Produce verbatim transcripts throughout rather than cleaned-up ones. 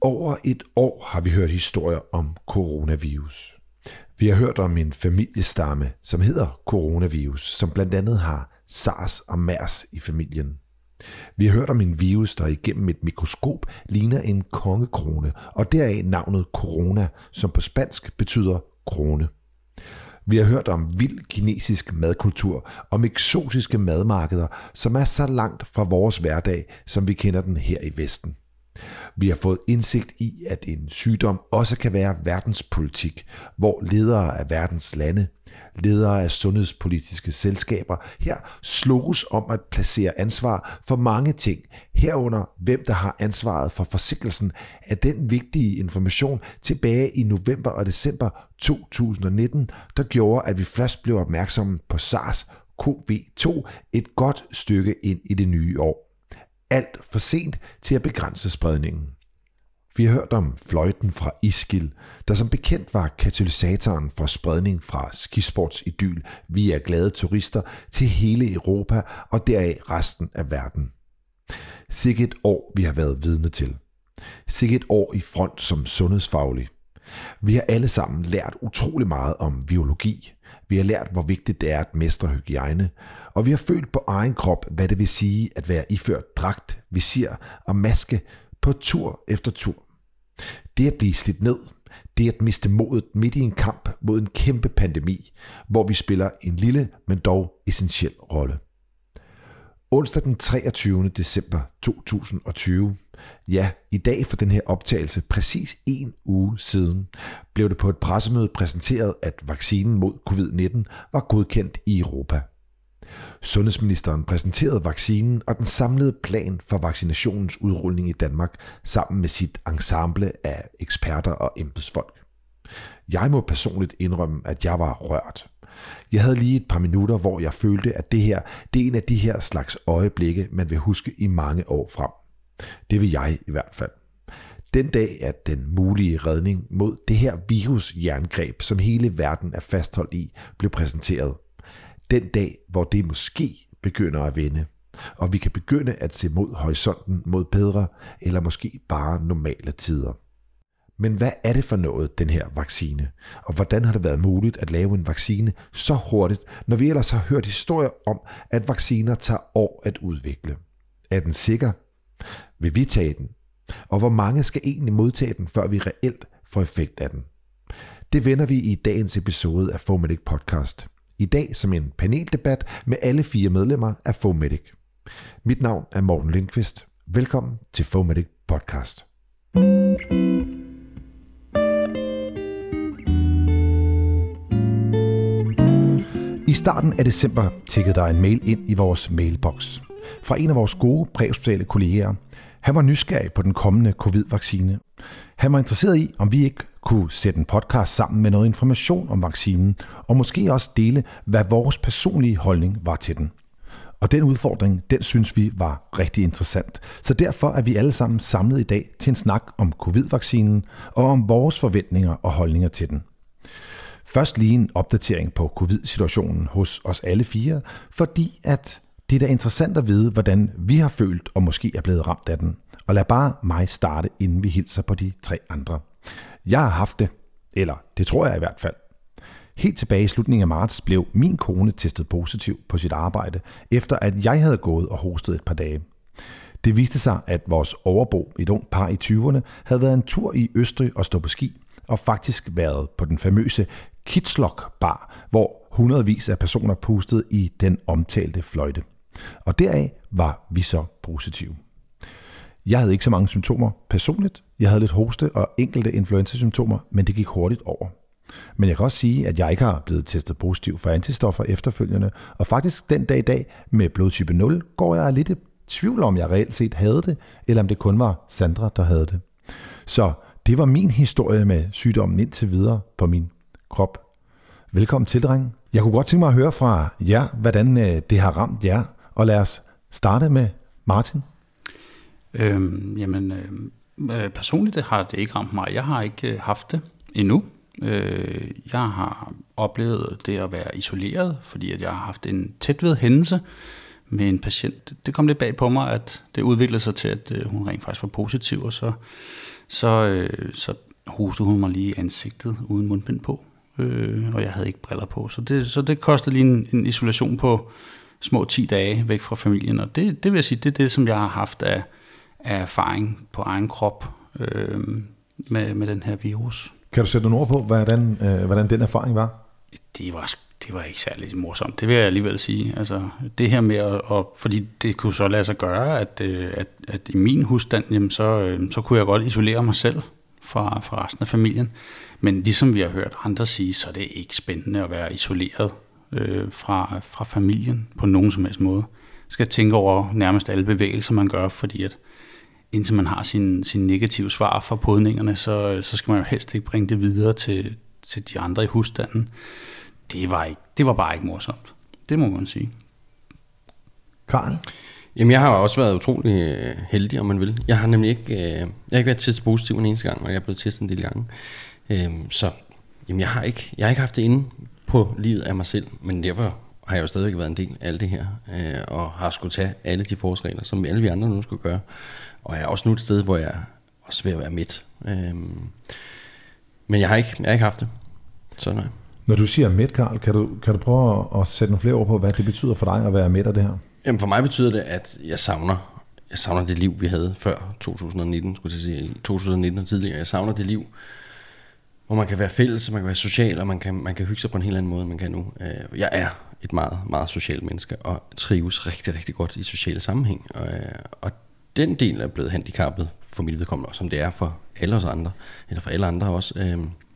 over et år har vi hørt historier om coronavirus. Vi har hørt om en familiestamme, som hedder coronavirus, som blandt andet har SARS og MERS i familien. Vi har hørt om en virus, der igennem et mikroskop ligner en kongekrone, og deraf navnet corona, som på spansk betyder krone. Vi har hørt om vild kinesisk madkultur, om eksotiske madmarkeder, som er så langt fra vores hverdag, som vi kender den her i Vesten. Vi har fået indsigt i, at en sygdom også kan være verdenspolitik, hvor ledere af verdens lande, ledere af sundhedspolitiske selskaber her sloges om at placere ansvar for mange ting, herunder hvem der har ansvaret for forsikkelsen af den vigtige information tilbage i november og december to tusind og nitten, der gjorde, at vi først blev opmærksomme på SARS-C o V to et godt stykke ind i det nye år. Alt for sent til at begrænse spredningen. Vi har hørt om fløjten fra Ischgl, der som bekendt var katalysatoren for spredning fra skisportsidyl via glade turister til hele Europa og deraf resten af verden. Sikke et år, vi har været vidne til. Sikke et år i front som sundhedsfaglig. Vi har alle sammen lært utrolig meget om biologi. Vi har lært, hvor vigtigt det er at mestre hygiejne, og vi har følt på egen krop, hvad det vil sige at være iført dragt, visir og maske på tur efter tur. Det at blive slidt ned, det at miste modet midt i en kamp mod en kæmpe pandemi, hvor vi spiller en lille, men dog essentiel rolle. Onsdag den treogtyvende december to tusind og tyve, ja, i dag for den her optagelse præcis en uge siden, blev det på et pressemøde præsenteret, at vaccinen mod covid nitten var godkendt i Europa. Sundhedsministeren præsenterede vaccinen og den samlede plan for vaccinationens udrulning i Danmark sammen med sit ensemble af eksperter og embedsfolk. Jeg må personligt indrømme, at jeg var rørt. Jeg havde lige et par minutter, hvor jeg følte, at det her det er en af de her slags øjeblikke, man vil huske i mange år frem. Det vil jeg i hvert fald. Den dag, at den mulige redning mod det her virusjerngreb, som hele verden er fastholdt i, blev præsenteret. Den dag, hvor det måske begynder at vende, og vi kan begynde at se mod horisonten mod bedre, eller måske bare normale tider. Men hvad er det for noget, den her vaccine? Og hvordan har det været muligt at lave en vaccine så hurtigt, når vi ellers har hørt historier om, at vacciner tager år at udvikle? Er den sikker? Vil vi tage den? Og hvor mange skal egentlig modtage den, før vi reelt får effekt af den? Det vender vi i dagens episode af Fomedic Podcast. I dag som en paneldebat med alle fire medlemmer af Fomedic. Mit navn er Morten Lindqvist. Velkommen til Fomedic Podcast. I starten af december tikkede der en mail ind i vores mailbox fra en af vores gode præhospitale kolleger. Han var nysgerrig på den kommende covid-vaccine. Han var interesseret i, om vi ikke kunne sætte en podcast sammen med noget information om vaccinen, og måske også dele, hvad vores personlige holdning var til den. Og den udfordring, den synes vi var rigtig interessant. Så derfor er vi alle sammen samlet i dag til en snak om covid-vaccinen og om vores forventninger og holdninger til den. Først lige en opdatering på covid-situationen hos os alle fire, fordi at det er da interessant at vide, hvordan vi har følt og måske er blevet ramt af den. Og lad bare mig starte, inden vi hilser på de tre andre. Jeg har haft det, eller det tror jeg i hvert fald. Helt tilbage i slutningen af marts blev min kone testet positiv på sit arbejde, efter at jeg havde gået og hostet et par dage. Det viste sig, at vores overbo, et ung par i tyverne, havde været en tur i Østrig og stå på ski, og faktisk været på den famøse Kitslok bar, hvor hundredvis af personer pustede i den omtalte fløjte. Og deraf var vi så positive. Jeg havde ikke så mange symptomer personligt. Jeg havde lidt hoste og enkelte influenzasymptomer, men det gik hurtigt over. Men jeg kan også sige, at jeg ikke har blevet testet positiv for antistoffer efterfølgende, og faktisk den dag i dag med blodtype nul går jeg lidt i tvivl om, jeg reelt set havde det, eller om det kun var Sandra, der havde det. Så det var min historie med sygdommen indtil videre på min krop. Velkommen til, drenge. Jeg kunne godt tænke mig at høre fra jer, hvordan det har ramt jer, og lad os starte med Martin. Øhm, jamen, øh, personligt har det ikke ramt mig. Jeg har ikke haft det endnu. Øh, jeg har oplevet det at være isoleret, fordi at jeg har haft en tætved hændelse med en patient. Det kom lidt bag på mig, at det udviklede sig til, at øh, hun rent faktisk var positiv, og så så, øh, så hostede hun mig lige i ansigtet uden mundbind på, øh, og jeg havde ikke briller på. Så det, så det kostede lige en, en isolation på små ti dage væk fra familien, og det, det vil jeg sige, det er det, som jeg har haft af, af erfaring på egen krop øh, med, med den her virus. Kan du sætte nogle ord på, hvordan, øh, hvordan den erfaring var? Det var, det var ikke særlig morsomt, det vil jeg alligevel sige. Altså, det her med at, at fordi det kunne så lade sig gøre, at, at, at i min husstand, jamen, så, så kunne jeg godt isolere mig selv fra, fra resten af familien. Men ligesom vi har hørt andre sige, så er det ikke spændende at være isoleret øh, fra, fra familien på nogen som helst måde. Jeg skal tænke over nærmest alle bevægelser, man gør, fordi at indtil man har sin, sin negative svar fra podningerne, så, så skal man jo helst ikke bringe det videre til, til de andre i husstanden. Det var, ikke, det var bare ikke morsomt. Det må man sige. Karl? Jamen, jeg har også været utrolig heldig, om man vil. Jeg har nemlig ikke, øh, jeg har ikke været testet positiv en eneste gang, og jeg er blevet testet en del gange. Øh, så jamen, jeg, har ikke, jeg har ikke haft det inde på livet af mig selv, men derfor har jeg jo stadigvæk været en del af alt det her, øh, og har skulle tage alle de forholdsregler, som alle vi andre nu skulle gøre. Og jeg er også nu et sted, hvor jeg også vil være midt. Øh, men jeg har, ikke, jeg har ikke haft det. Så nej. Når du siger midt, Karl, kan du, kan du prøve at sætte nogle flere ord på, hvad det betyder for dig at være midt af det her? Jamen for mig betyder det, at jeg savner, jeg savner det liv, vi havde før to tusind nitten, skulle jeg sige, to tusind nitten og tidligere. Jeg savner det liv, hvor man kan være fælles, man kan være social, og man kan, man kan hygge sig på en helt anden måde, end man kan nu. Jeg er et meget, meget socialt menneske, og trives rigtig, rigtig godt i sociale sammenhæng. Og, og den del er blevet handicappet for mit vedkommende, som det er for alle os andre, eller for alle andre også.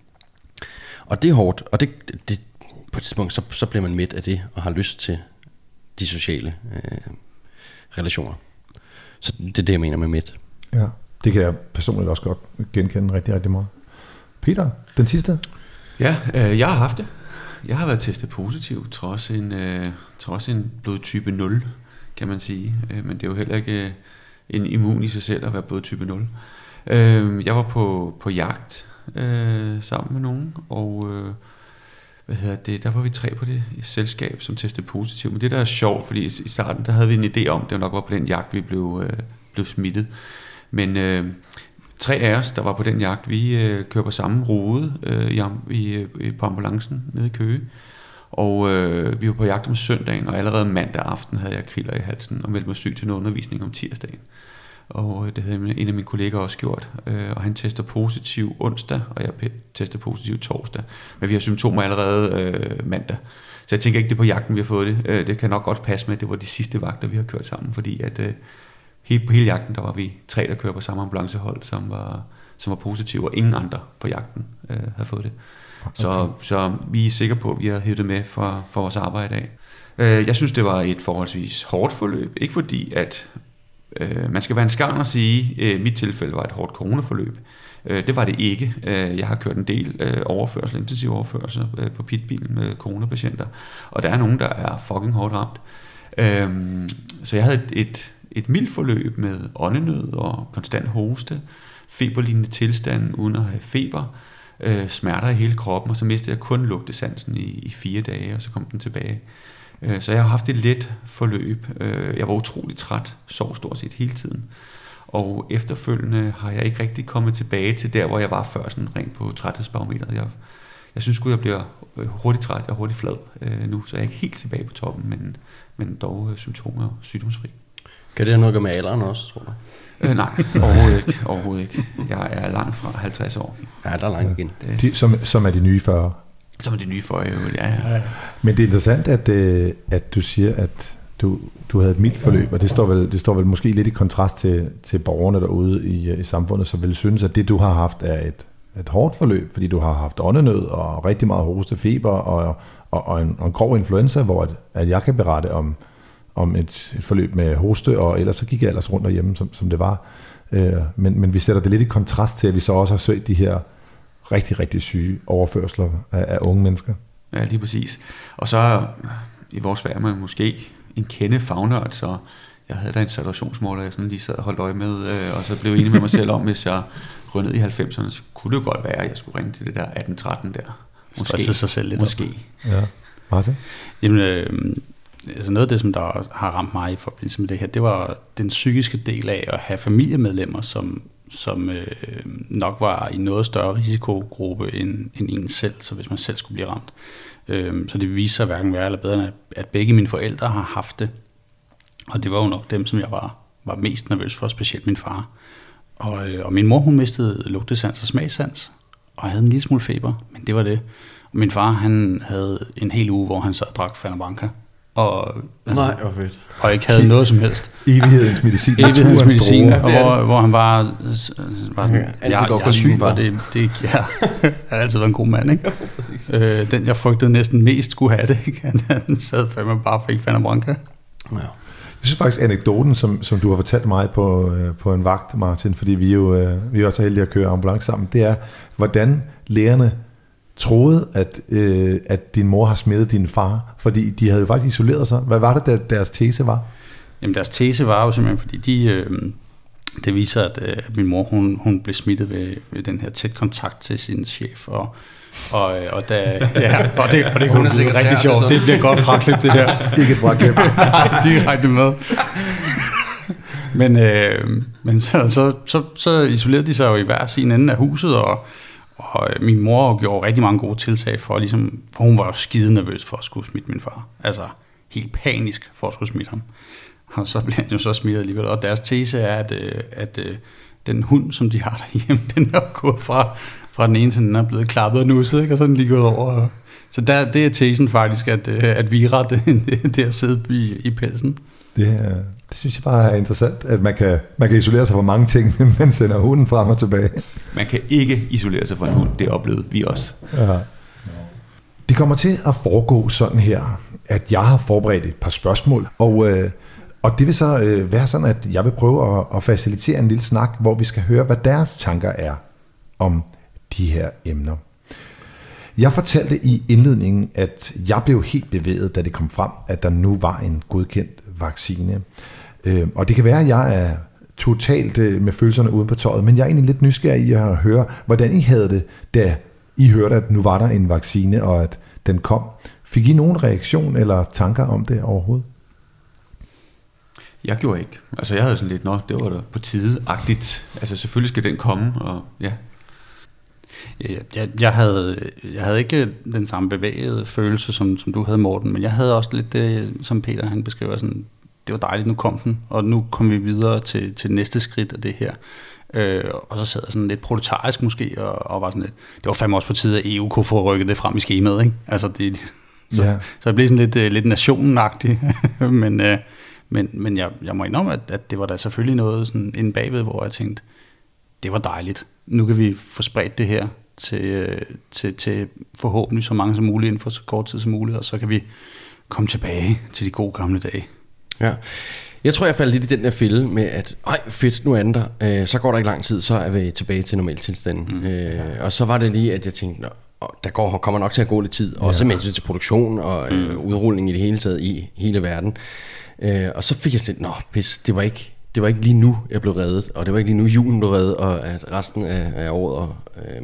Og det er hårdt, og det, det, på et tidspunkt, så, så bliver man midt af det, og har lyst til de sociale øh, relationer. Så det er det, jeg mener med midt. Ja, det kan jeg personligt også godt genkende rigtig, rigtig meget. Peter, den sidste? Ja, øh, jeg har haft det. Jeg har været testet positiv, trods en, øh, trods en blodtype nul, kan man sige. Øh, men det er jo heller ikke øh, en immun i sig selv at være blodtype nul. Øh, jeg var på, på jagt øh, sammen med nogen, og øh, hvad hedder det, der var vi tre på det selskab, som testede positivt. Men det der er sjovt, fordi i starten, der havde vi en idé om, det nok var på den jagt, vi blev, øh, blev smittet. Men øh, tre af os, der var på den jagt, vi øh, kører på samme rode øh, i, i, på ambulancen nede i Køge. Og øh, vi var på jagt om søndagen, og allerede mandag aften havde jeg kriller i halsen og meldte mig syg til en undervisning om tirsdagen. Og det havde en af mine kolleger også gjort, øh, og han tester positiv onsdag, og jeg tester positiv torsdag. Men vi har symptomer allerede øh, mandag. Så jeg tænker ikke, det er på jagten, vi har fået det. Øh, det kan nok godt passe med, at det var de sidste vagter, vi har kørt sammen, fordi at øh, hele, på hele jagten, der var vi tre, der kører på samme ambulancehold, som var, som var positive, og ingen andre på jagten øh, havde fået det. Okay. Så, så vi er sikre på, at vi har hævet det med for, for vores arbejde af. Øh, jeg synes, det var et forholdsvis hårdt forløb. Ikke fordi, at øh, man skal være en skarn at sige, at øh, mit tilfælde var et hårdt coronaforløb. Øh, det var det ikke. Øh, jeg har kørt en del øh, overførsel, intensiv overførsel øh, på pitbilen med coronapatienter, og der er nogen, der er fucking hårdt ramt. Øh, så jeg havde et, et, et mildt forløb med åndenød og konstant hoste, feberlignende tilstand uden at have feber, øh, smerter i hele kroppen, og så mistede jeg kun lugtesansen i, i fire dage, og så kom den tilbage. Øh, så jeg har haft et let forløb. Øh, jeg var utrolig træt, sov stort set hele tiden. Og efterfølgende har jeg ikke rigtig kommet tilbage til der, hvor jeg var før, sådan rent på træthedsbarometeret. Jeg, jeg synes sgu, jeg bliver hurtigt træt og hurtigt flad øh, nu, så jeg er ikke helt tilbage på toppen, men, men dog øh, symptomer og sygdomsfri. Kan det have noget at gøre med alderen også, tror du? Øh, nej, overhovedet ikke, overhovedet ikke. Jeg er langt fra halvtreds år. Ja, der er langt igen. Det, De, som, som er de nye fyrre. Som er de nye fyrre, ja, ja. Men det er interessant, at, at du siger, at du, du havde et mildt forløb, og det står vel, det står vel måske lidt i kontrast til, til borgerne derude i, i samfundet, som vil synes, at det du har haft er et, et hårdt forløb, fordi du har haft åndenød og rigtig meget hoste, feber og, og, og, en, og en grov influenza, hvor at, at jeg kan berette om, om et, et forløb med hoste, og ellers så gik jeg ellers rundt derhjemme, som, som det var. Øh, men, men vi sætter det lidt i kontrast til, at vi så også har søgt de her rigtig, rigtig syge overførsler af, af unge mennesker. Ja, lige præcis. Og så i vores værd man måske en kende fagnørd, så jeg havde da en saturationsmåler, jeg sådan lige sad og holdt øje med, øh, og så blev jeg enig med mig selv om, hvis jeg rød ned i halvfemserne, så kunne det jo godt være, at jeg skulle ringe til det der atten tretten der. Måske. Stresse sig selv lidt. Måske. Ja. Martin? Jamen, øh, altså noget af det, som der har ramt mig i forbindelse med det her, det var den psykiske del af at have familiemedlemmer, som, som øh, nok var i noget større risikogruppe end, end en selv, så hvis man selv skulle blive ramt. Øh, så det viser sig hverken værre eller bedre, end at begge mine forældre har haft det. Og det var jo nok dem, som jeg var, var mest nervøs for, specielt min far. Og, øh, og min mor, hun mistede lugtesans og smagssans, og havde en lille smule feber, men det var det. Og min far, han havde en hel uge, hvor han sad og drak Fanta Branca. Og, Nej, hvor fedt. Og ikke havde noget som helst. Evighedens medicin. Evighedens medicin, og hvor, hvor han bare var sådan, ja, jeg, jeg er syg, og det, det ja, han har altid været en god mand, ikke? Jo, præcis. Øh, den, jeg frygtede næsten mest, skulle have det, ikke? Han, han sad fandme bare fik Fanta Branca. Ja. Jeg synes faktisk, anekdoten, som, som du har fortalt mig på, øh, på en vagt, Martin, fordi vi jo øh, vi er også heldige at køre ambulance sammen, det er, hvordan lægerne troede, at, øh, at din mor har smittet din far, fordi de havde jo faktisk isoleret sig. Hvad var det, der, deres tese var? Jamen deres tese var jo simpelthen, fordi de, øh, det viser, at, øh, at min mor, hun, hun blev smittet ved, ved den her tæt kontakt til sin chef, og Og, og, da, ja, og det, og det kunne blive rigtig sjovt. Det, det bliver godt fraklip, det her. Ikke et fraklip. Direkte med. Men, øh, men så, så, så, så isolerede de sig jo i hver sin ende af huset, og, og min mor gjorde rigtig mange gode tiltag for, ligesom, for hun var jo skide nervøs for at skulle smitte min far. Altså helt panisk for at skulle smitte ham. Og så blev han jo så smittet alligevel. Og deres tese er, at, at, at den hund, som de har derhjemme, den er gået fra, fra den ene til den er blevet klappet og nusset, ikke? Og så er den lige gået over. Så der, det er tesen faktisk, at, at vira, det, det er at sidde i, i pelsen. Det, det synes jeg bare er interessant, at man kan, man kan isolere sig fra mange ting, men man sender hunden frem og tilbage. Man kan ikke isolere sig fra en hund, det oplevede vi også. Ja. Det kommer til at foregå sådan her, at jeg har forberedt et par spørgsmål, og, øh, og det vil så øh, være sådan, at jeg vil prøve at, at facilitere en lille snak, hvor vi skal høre, hvad deres tanker er om de her emner. Jeg fortalte i indledningen, at jeg blev helt bevæget, da det kom frem, at der nu var en godkendt vaccine. Øh, og det kan være, at jeg er totalt øh, med følelserne uden på tøjet, men jeg er egentlig lidt nysgerrig i at høre, hvordan I havde det, da I hørte, at nu var der en vaccine, og at den kom. Fik I nogen reaktion eller tanker om det overhovedet? Jeg gjorde ikke. Altså jeg havde sådan lidt, nå, det var da på tide-agtigt. Altså selvfølgelig skal den komme, og ja. Jeg, jeg, jeg, havde, jeg havde ikke den samme bevægede følelse, som, som du havde, Morten, men jeg havde også lidt det, som Peter han beskriver, sådan, det var dejligt, nu kom den, og nu kom vi videre til, til næste skridt af det her. Øh, og så sad jeg sådan lidt proletarisk måske, og, og var sådan lidt, det var fandme også på tide, at E U kunne få rykket det frem i skemaet, ikke? Altså det, så, ja. så jeg blev sådan lidt, lidt nationenagtig, men, øh, men, men jeg, jeg må indrømme, at, at det var da selvfølgelig noget sådan inde bagved, hvor jeg tænkte, det var dejligt. Nu kan vi få spredt det her til, til, til forhåbentlig så mange som muligt inden for så kort tid som muligt, og så kan vi komme tilbage til de gode gamle dage. Ja. Jeg tror, jeg faldt lidt i den der fælde med, at ej, fedt, nu er den der. Øh, så går der ikke lang tid, så er vi tilbage til normaltilstanden. Mm, øh, ja. Og så var det lige, at jeg tænkte, nå, der går, kommer nok til at gå lidt tid, også ja. med hensyn til produktion og øh, mm. udrulling i det hele taget i hele verden. Øh, og så fik jeg sådan, nå pis, det var ikke Det var ikke lige nu, jeg blev reddet, og det var ikke lige nu, julen blev reddet, og at resten af, af året øh,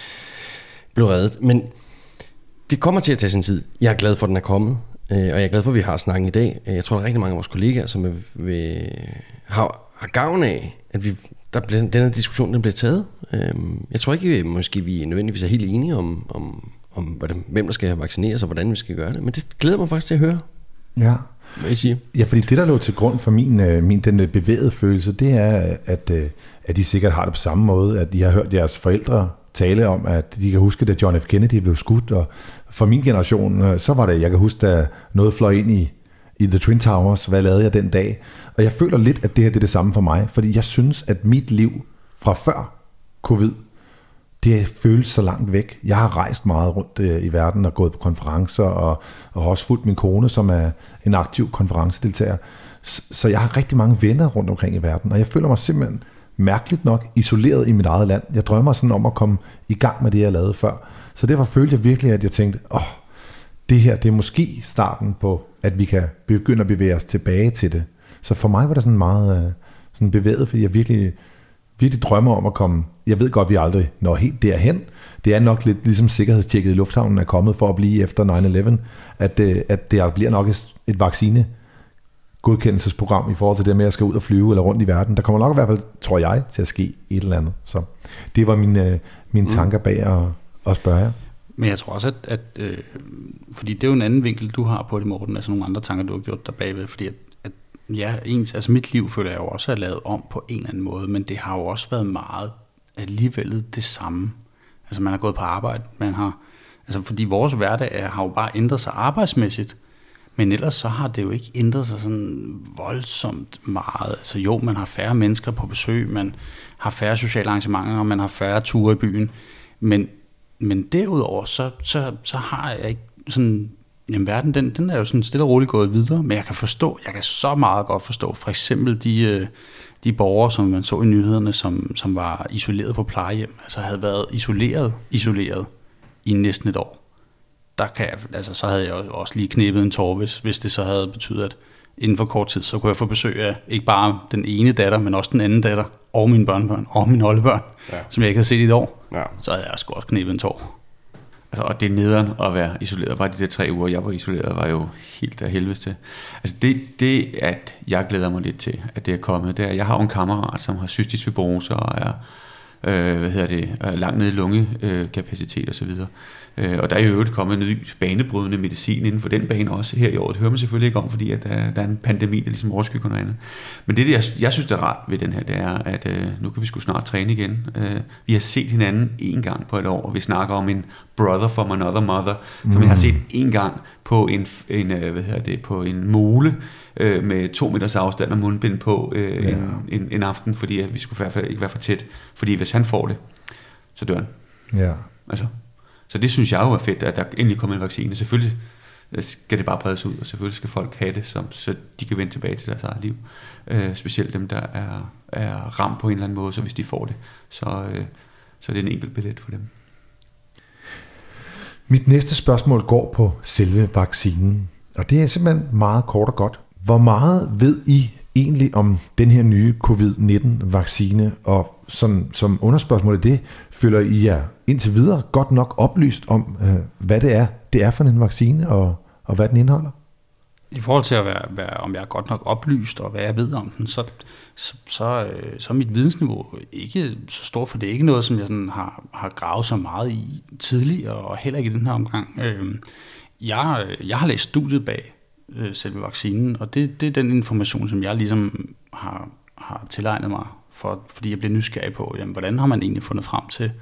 blev reddet. Men det kommer til at tage sin tid. Jeg er glad for, at den er kommet, øh, og jeg er glad for, at vi har snakken i dag. Jeg tror, der er rigtig mange af vores kollegaer, som vil, vil, har, har gavn af, at vi, der bliver, denne diskussion den bliver taget. Øh, jeg tror ikke, måske vi nødvendigvis er helt enige om, om, om hvordan, hvem der skal vaccineres, og hvordan vi skal gøre det. Men det glæder mig faktisk til at høre. Ja. Ja, fordi det, der lå til grund for min, min den bevægede følelse, det er, at, at de sikkert har det på samme måde, at de har hørt jeres forældre tale om, at de kan huske, da John F. Kennedy blev skudt, og for min generation, så var det, jeg kan huske, da noget fløj ind i, i The Twin Towers, hvad lavede jeg den dag? Og jeg føler lidt, at det her det er det samme for mig, fordi jeg synes, at mit liv fra før covid, det føles så langt væk. Jeg har rejst meget rundt øh, i verden og gået på konferencer, og, og har også fulgt min kone, som er en aktiv konferencedeltager. Så, så jeg har rigtig mange venner rundt omkring i verden, og jeg føler mig simpelthen mærkeligt nok isoleret i mit eget land. Jeg drømmer sådan om at komme i gang med det, jeg lavede før. Så derfor følte jeg virkelig, at jeg tænkte, åh, det her, det er måske starten på, at vi kan begynde at bevæge os tilbage til det. Så for mig var det sådan meget øh, sådan bevæget, fordi jeg virkelig... virkelig drømmer om at komme. Jeg ved godt, vi aldrig når helt derhen. Det er nok lidt ligesom sikkerhedstjekket i lufthavnen er kommet for at blive efter nine eleven, at, at det bliver nok et, et vaccine godkendelsesprogram i forhold til det med, at jeg skal ud og flyve eller rundt i verden. Der kommer nok i hvert fald, tror jeg, til at ske et eller andet. Så det var mine, mine mm. tanker bag at, at spørge jer. Men jeg tror også, at, at øh, fordi det er jo en anden vinkel, du har på det, Morten, altså nogle andre tanker, du har gjort der bagved, fordi at, at ja, ens, altså mit liv føler jeg jo også er lavet om på en eller anden måde, men det har jo også været meget alligevel det samme. Altså man har gået på arbejde, man har, altså fordi vores hverdag har jo bare ændret sig arbejdsmæssigt, men ellers så har det jo ikke ændret sig sådan voldsomt meget. Altså jo, man har færre mennesker på besøg, man har færre sociale arrangementer, og man har færre ture i byen, men Men derudover, så, så, så har jeg ikke sådan, jamen verden, den, den er jo sådan stille og roligt gået videre, men jeg kan forstå, jeg kan så meget godt forstå, for eksempel de, de borgere, som man så i nyhederne, som, som var isoleret på plejehjem, altså havde været isoleret, isoleret i næsten et år. Der kan jeg, altså så havde jeg også lige knæppet en tår, hvis, hvis det så havde betydet, at inden for kort tid, så kunne jeg få besøg af ikke bare den ene datter, men også den anden datter, og mine børnebørn, og mine oldebørn, ja. Som jeg ikke havde set i et år. Ja. Så havde jeg sgu også knæppet en tår. Altså, og det nederen at være isoleret, bare de der tre uger, jeg var isoleret, var jo helt af helvedes til. Altså det, det, at jeg glæder mig lidt til, at det er kommet, det er, jeg har jo en kammerat, som har cystisk fibrose og er øh, hvad hedder det, er langt nede i lungekapacitet og så videre. Øh, og der er jo øvrigt kommet en ny banebrydende medicin inden for den bane også her i år. Det hører man selvfølgelig ikke om, fordi at der, der er en pandemi, der ligesom overskygger noget andet. Men det, jeg, jeg synes, der er rart ved den her, det er, at øh, nu kan vi sgu snart træne igen. Øh, vi har set hinanden en gang på et år, og vi snakker om en brother from another mother, som mm. vi har set en gang på en, en, hvad hedder det, på en mole øh, med to meters afstand og mundbind på øh, ja. en, en, en aften, fordi at vi skulle i hvert fald ikke være for tæt. Fordi hvis han får det, så dør han. Ja. Altså. Så det synes jeg jo er fedt, at der endelig kommer en vaccine. Selvfølgelig skal det bare bredes ud, og selvfølgelig skal folk have det, som, så de kan vende tilbage til deres eget liv. Øh, specielt dem, der er, er ramt på en eller anden måde, så hvis de får det, så, øh, så er det en enkelt billet for dem. Mit næste spørgsmål går på selve vaccinen, og det er simpelthen meget kort og godt. Hvor meget ved I egentlig om den her nye covid nitten vaccine, og som, som underspørgsmål af det, føler I jer indtil videre godt nok oplyst om, øh, hvad det er, det er for en vaccine, og, og hvad den indeholder? I forhold til at være, være, om jeg er godt nok oplyst, og hvad jeg ved om den, så, så, så, så er mit vidensniveau ikke så stort, for det er ikke noget, som jeg sådan har, har gravet så meget i tidligere, og heller ikke i den her omgang. Øh, jeg, jeg har læst studiet bag øh, selve vaccinen, og det, det er den information, som jeg ligesom har, har tilegnet mig, for, fordi jeg bliver nysgerrig på, jamen, hvordan har man egentlig fundet frem til,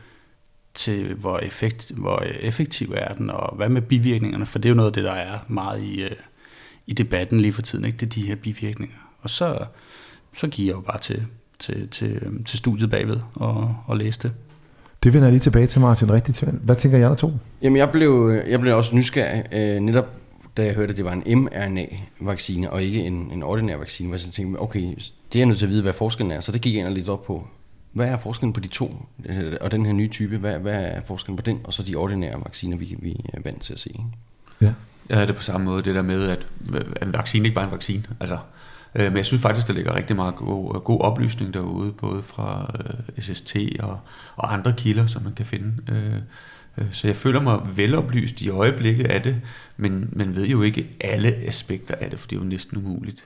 til hvor, effekt, hvor effektiv er den, og hvad med bivirkningerne, for det er jo noget af det, der er meget i, øh, i debatten lige for tiden, ikke? Det er de her bivirkninger. Og så, så giver jeg jo bare til, til, til, til studiet bagved og, og læse det. Det vender jeg lige tilbage til, Martin. Rigtigt. Hvad tænker jeg der to? Jamen, jeg blev, jeg blev også nysgerrig, øh, netop da jeg hørte, at det var en mRNA-vaccine, og ikke en, en ordinær vaccine, hvor jeg tænkte, okay, det er jeg nødt til at vide, hvad forskellen er. Så det gik jeg ind og lidt op på. Hvad er forskellen på de to, og den her nye type? Hvad, hvad er forskellen på den, og så de ordinære vacciner, vi, vi er vant til at se? Ja. Jeg havde det på samme måde, det der med, at en vaccine ikke bare er en vaccine. Altså, øh, men jeg synes faktisk, der ligger rigtig meget god, god oplysning derude, både fra øh, S S T og, og andre kilder, som man kan finde. Øh, øh, så jeg føler mig veloplyst i øjeblikket af det, men man ved jo ikke alle aspekter af det, for det er jo næsten umuligt.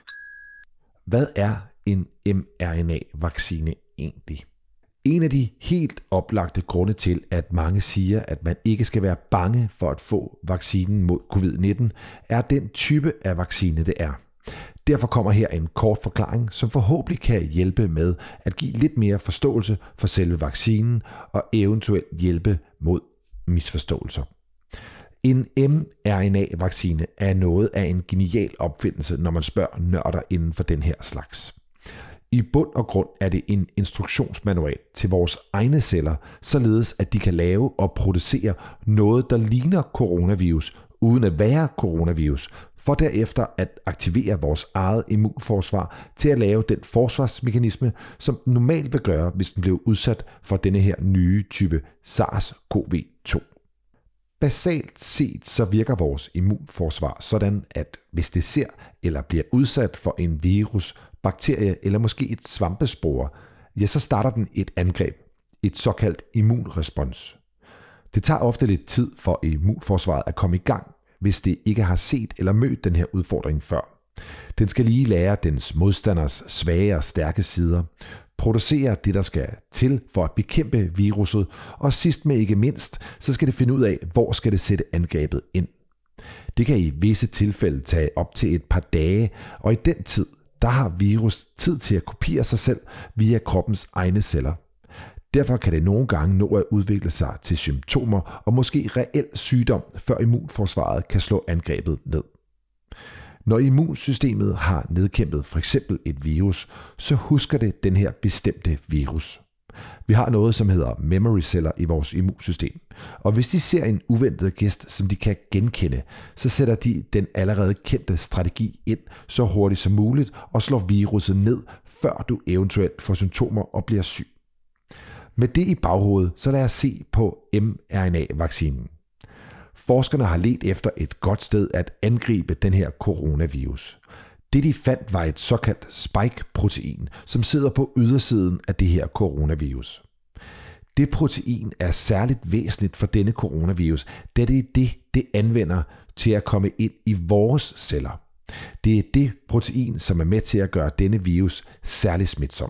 Hvad er en mRNA-vaccine egentlig? En af de helt oplagte grunde til, at mange siger, at man ikke skal være bange for at få vaccinen mod covid nitten, er den type af vaccine, det er. Derfor kommer her en kort forklaring, som forhåbentlig kan hjælpe med at give lidt mere forståelse for selve vaccinen og eventuelt hjælpe mod misforståelser. En mRNA-vaccine er noget af en genial opfindelse, når man spørger nørder inden for den her slags. I bund og grund er det en instruktionsmanual til vores egne celler, således at de kan lave og producere noget, der ligner coronavirus, uden at være coronavirus, for derefter at aktivere vores eget immunforsvar til at lave den forsvarsmekanisme, som den normalt vil gøre, hvis den blev udsat for denne her nye type SARS-CoV to. Basalt set så virker vores immunforsvar sådan, at hvis det ser eller bliver udsat for en virus, bakterie eller måske et svampespore, ja, så starter den et angreb, et såkaldt immunrespons. Det tager ofte lidt tid for immunforsvaret at komme i gang, hvis det ikke har set eller mødt den her udfordring før. Den skal lige lære dens modstanders svage og stærke sider, producere det, der skal til for at bekæmpe viruset, og sidst men ikke mindst, så skal det finde ud af, hvor skal det sætte angrebet ind. Det kan i visse tilfælde tage op til et par dage, og i den tid, der har virus tid til at kopiere sig selv via kroppens egne celler. Derfor kan det nogle gange nå at udvikle sig til symptomer og måske reel sygdom, før immunforsvaret kan slå angrebet ned. Når immunsystemet har nedkæmpet for eksempel et virus, så husker det den her bestemte virus. Vi har noget, som hedder memory-celler i vores immunsystem, og hvis de ser en uventet gæst, som de kan genkende, så sætter de den allerede kendte strategi ind så hurtigt som muligt og slår viruset ned, før du eventuelt får symptomer og bliver syg. Med det i baghovedet, så lad os se på mRNA-vaccinen. Forskerne har let efter et godt sted at angribe den her coronavirus. Det de fandt var et såkaldt spike-protein, som sidder på ydersiden af det her coronavirus. Det protein er særligt væsentligt for denne coronavirus, da det er det, det anvender til at komme ind i vores celler. Det er det protein, som er med til at gøre denne virus særligt smitsom.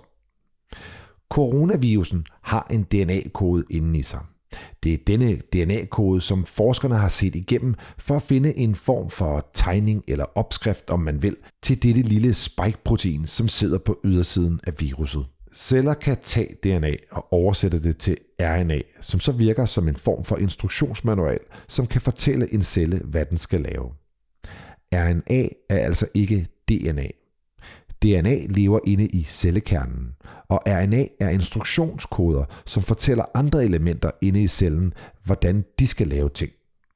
Coronavirusen har en D N A-kode inde i sig. Det er denne D N A-kode, som forskerne har set igennem for at finde en form for tegning eller opskrift, om man vil, til dette lille spike-protein, som sidder på ydersiden af viruset. Celler kan tage D N A og oversætte det til R N A, som så virker som en form for instruktionsmanual, som kan fortælle en celle, hvad den skal lave. R N A er altså ikke D N A. D N A lever inde i cellekernen, og R N A er instruktionskoder, som fortæller andre elementer inde i cellen, hvordan de skal lave ting.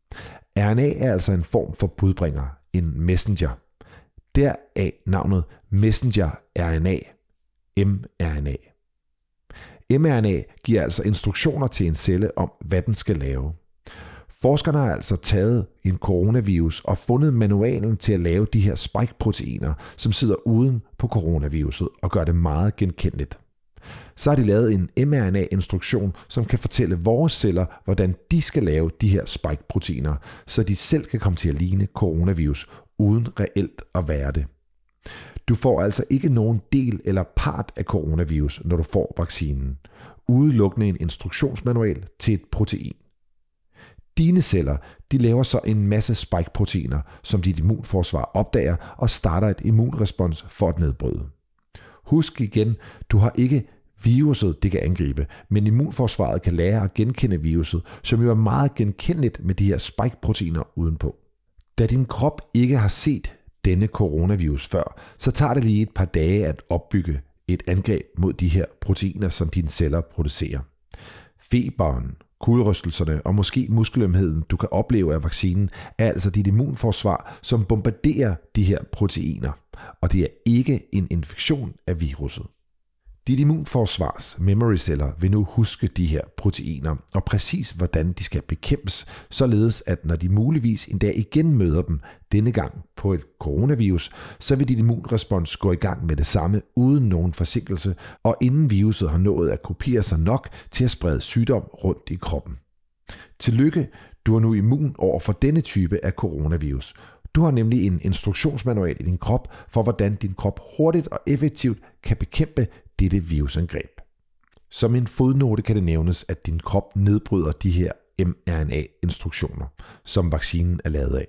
R N A er altså en form for budbringer, en messenger. Deraf navnet messenger R N A, mRNA. mRNA giver altså instruktioner til en celle om, hvad den skal lave. Forskerne har altså taget en coronavirus og fundet manualen til at lave de her spike-proteiner, som sidder uden på coronaviruset og gør det meget genkendeligt. Så har de lavet en mRNA-instruktion, som kan fortælle vores celler, hvordan de skal lave de her spike-proteiner, så de selv kan komme til at ligne coronavirus, uden reelt at være det. Du får altså ikke nogen del eller part af coronavirus, når du får vaccinen. Udelukkende en instruktionsmanual til et protein. Dine celler, de laver så en masse spike-proteiner, som dit immunforsvar opdager og starter et immunrespons for at nedbryde. Husk igen, du har ikke viruset, det kan angribe, men immunforsvaret kan lære at genkende viruset, som jo er meget genkendeligt med de her spike-proteiner udenpå. Da din krop ikke har set denne coronavirus før, så tager det lige et par dage at opbygge et angreb mod de her proteiner, som dine celler producerer. Feberen, kuldrystelserne og måske muskelømheden, du kan opleve af vaccinen, er altså dit immunforsvar, som bombarderer de her proteiner, og det er ikke en infektion af viruset. Dit immunforsvars memory-celler vil nu huske de her proteiner, og præcis hvordan de skal bekæmpes, således at når de muligvis en dag igen møder dem, denne gang på et coronavirus, så vil dit immunrespons gå i gang med det samme uden nogen forsinkelse, og inden viruset har nået at kopiere sig nok til at sprede sygdom rundt i kroppen. Tillykke, du er nu immun over for denne type af coronavirus. Du har nemlig en instruktionsmanual i din krop for, hvordan din krop hurtigt og effektivt kan bekæmpe dette virusangreb. Som en fodnote kan det nævnes, at din krop nedbryder de her mRNA-instruktioner, som vaccinen er lavet af.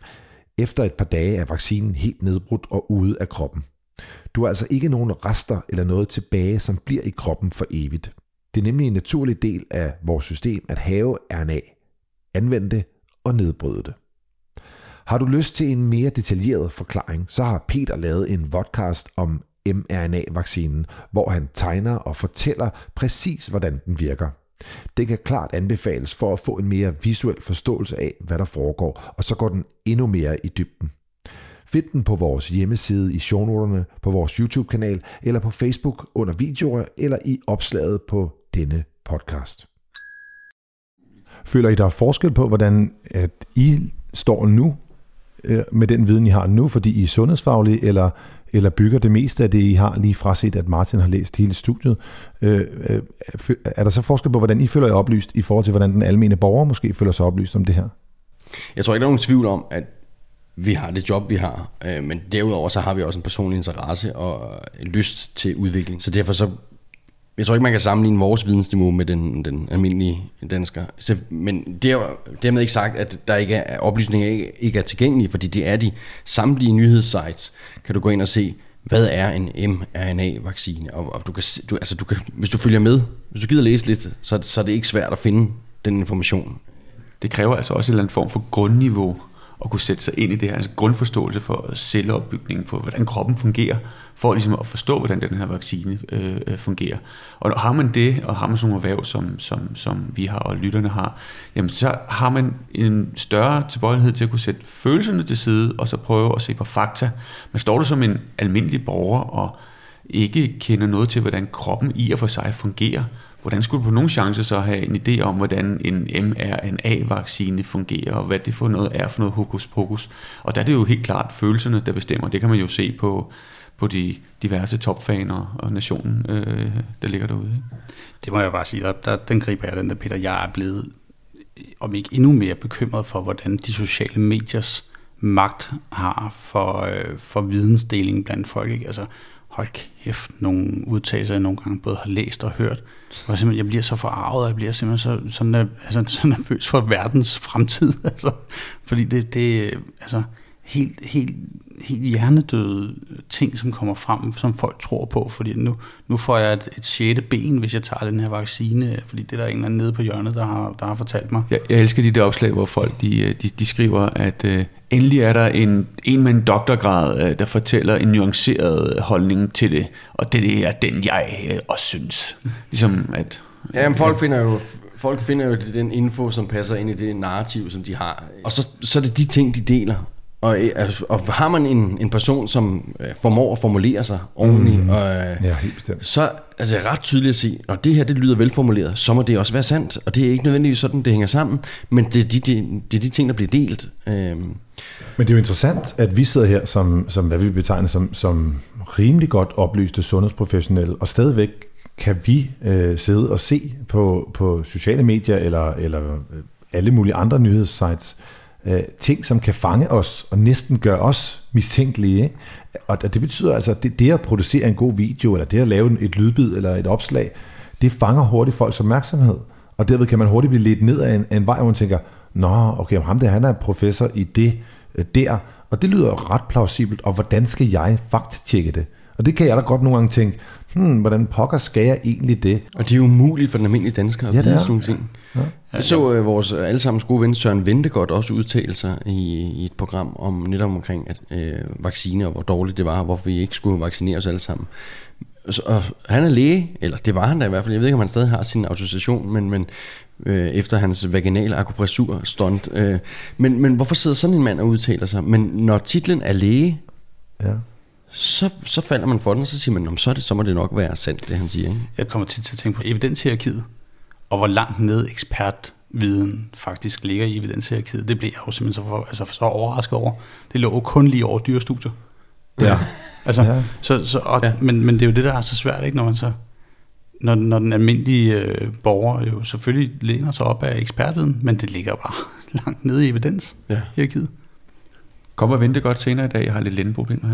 Efter et par dage er vaccinen helt nedbrudt og ude af kroppen. Du har altså ikke nogen rester eller noget tilbage, som bliver i kroppen for evigt. Det er nemlig en naturlig del af vores system at have R N A, anvende det og nedbryde det. Har du lyst til en mere detaljeret forklaring, så har Peter lavet en vodcast om mRNA-vaccinen, hvor han tegner og fortæller præcis, hvordan den virker. Det kan klart anbefales for at få en mere visuel forståelse af, hvad der foregår, og så går den endnu mere i dybden. Find den på vores hjemmeside i shownoterne, på vores YouTube-kanal, eller på Facebook under videoer, eller i opslaget på denne podcast. Føler I, der er forskel på, hvordan at I står nu, med den viden, I har nu, fordi I er sundhedsfaglige, eller, eller bygger det meste af det, I har, lige fraset, at Martin har læst hele studiet? Øh, øh, er der så forskel på, hvordan I føler jer oplyst, i forhold til, hvordan den almene borger måske føler sig oplyst om det her? Jeg tror ikke, der er nogen tvivl om, at vi har det job, vi har. Øh, men derudover så har vi også en personlig interesse og lyst til udvikling. Så derfor så, jeg tror ikke, man kan sammenligne vores vidensniveau med den, den almindelige dansker. Så, men der, dermed ikke sagt, at der ikke er, oplysninger ikke, ikke er tilgængelige, fordi det er de samtlige nyhedssites. Kan du gå ind og se, hvad er en M R N A-vaccine? Og, og du kan, du, altså du kan, hvis du følger med, hvis du gider læse lidt, så, så er det ikke svært at finde den information. Det kræver altså også en eller anden form for grundniveau at kunne sætte sig ind i det her, altså grundforståelse for celleopbygningen, for hvordan kroppen fungerer, for ligesom at forstå, hvordan den her vaccine øh, fungerer. Og har man det, og har man sådan nogle erhverv, som, som, som vi har og lytterne har, jamen så har man en større tilbøjelighed til at kunne sætte følelserne til side, og så prøve at se på fakta. Men står du som en almindelig borger, og ikke kender noget til, hvordan kroppen i og for sig fungerer, hvordan skulle du på nogen chance så have en idé om, hvordan en M R N A-vaccine fungerer, og hvad det for noget er for noget hokus pokus? Og der er det jo helt klart følelserne, der bestemmer. Det kan man jo se på, på de diverse topfaner og nationen, øh, der ligger derude. Ikke? Det må jeg bare sige, der, der, den griber jeg, den der Peter. Jeg er blevet, om ikke endnu mere bekymret for, hvordan de sociale mediers magt har for, øh, for vidensdeling blandt folk. Ikke? Altså, hold kæft, nogle udtalelser, jeg nogle gange både har læst og hørt. Og simpelthen, jeg bliver så forarvet, og jeg bliver simpelthen så, så, altså, så nervøs for verdens fremtid. Altså, fordi det, det altså, helt, helt, helt hjernedøde ting, som kommer frem, som folk tror på. Fordi nu, nu får jeg et, et sjette ben, hvis jeg tager den her vaccine, fordi det er der en eller anden nede på hjørnet, der har, der har fortalt mig. Jeg, jeg elsker de der opslag, hvor folk de, de, de skriver, at øh, endelig er der en, en med en doktorgrad, øh, der fortæller en nuanceret holdning til det, og det er den, jeg øh, også synes. Ligesom at... Ja, men folk finder jo... Folk finder jo den info, som passer ind i det narrativ, som de har. Og så, så er det de ting, de deler. Og, og har man en, en person, som formår at formulere sig ordentligt, mm. og, ja, helt bestemt. så er det ret tydeligt at sige, når det her det lyder velformuleret, så må det også være sandt. Og det er ikke nødvendigvis sådan, det hænger sammen, men det er de, de, det er de ting, der bliver delt. Øhm. Men det er jo interessant, at vi sidder her som, som hvad vi betegner som, som rimelig godt oplyste sundhedsprofessionelle, og stadigvæk kan vi øh, sidde og se på, på sociale medier eller, eller alle mulige andre nyhedssites, øh, ting, som kan fange os og næsten gøre os mistænkelige. Ikke? Og det betyder altså, at det, det at producere en god video, eller det at lave et lydbid eller et opslag, det fanger hurtigt folks opmærksomhed. Og derved kan man hurtigt blive ledt ned af en, af en vej, hvor man tænker, nå, okay, ham der, han er professor i det der, og det lyder ret plausibelt, og hvordan skal jeg faktatjekke det? Og det kan jeg da godt nogle gange tænke, hmm, hvordan pokker skal jeg egentlig det? Og det er umuligt for den almindelige dansker at ja, vide sådan nogle ting. Ja. Jeg så uh, vores allesammens gode ven Søren Ventegodt også udtale sig i, i et program om netop omkring at, øh, vacciner, og hvor dårligt det var, og hvorfor vi ikke skulle vaccinere os alle sammen. Så, og han er læge, eller det var han da i hvert fald, jeg ved ikke, om han stadig har sin autorisation, men, men øh, efter hans vaginale akupressur stunt. Øh, men, men hvorfor sidder sådan en mand og udtaler sig? Men når titlen er læge, ja. Så, så falder man for den, og så siger man, så, det, så må det nok være sandt, det han siger. Ikke? Jeg kommer tit til at tænke på evidenshierarkiet, og hvor langt ned ekspertviden faktisk ligger i evidenshierarkiet. Det blev jeg jo simpelthen så, for, altså, så overrasket over. Det lå kun lige over dyrestudier. Ja. altså, ja. Så, så, og, ja. men, men det er jo det, der er så svært, ikke, når man så... Når, når den almindelige øh, borger jo selvfølgelig læner sig op af ekspertviden, men det ligger bare langt nede i evidenshierarkiet. Ja. Kom og vente godt senere i dag. Jeg har lidt lændeproblemer her.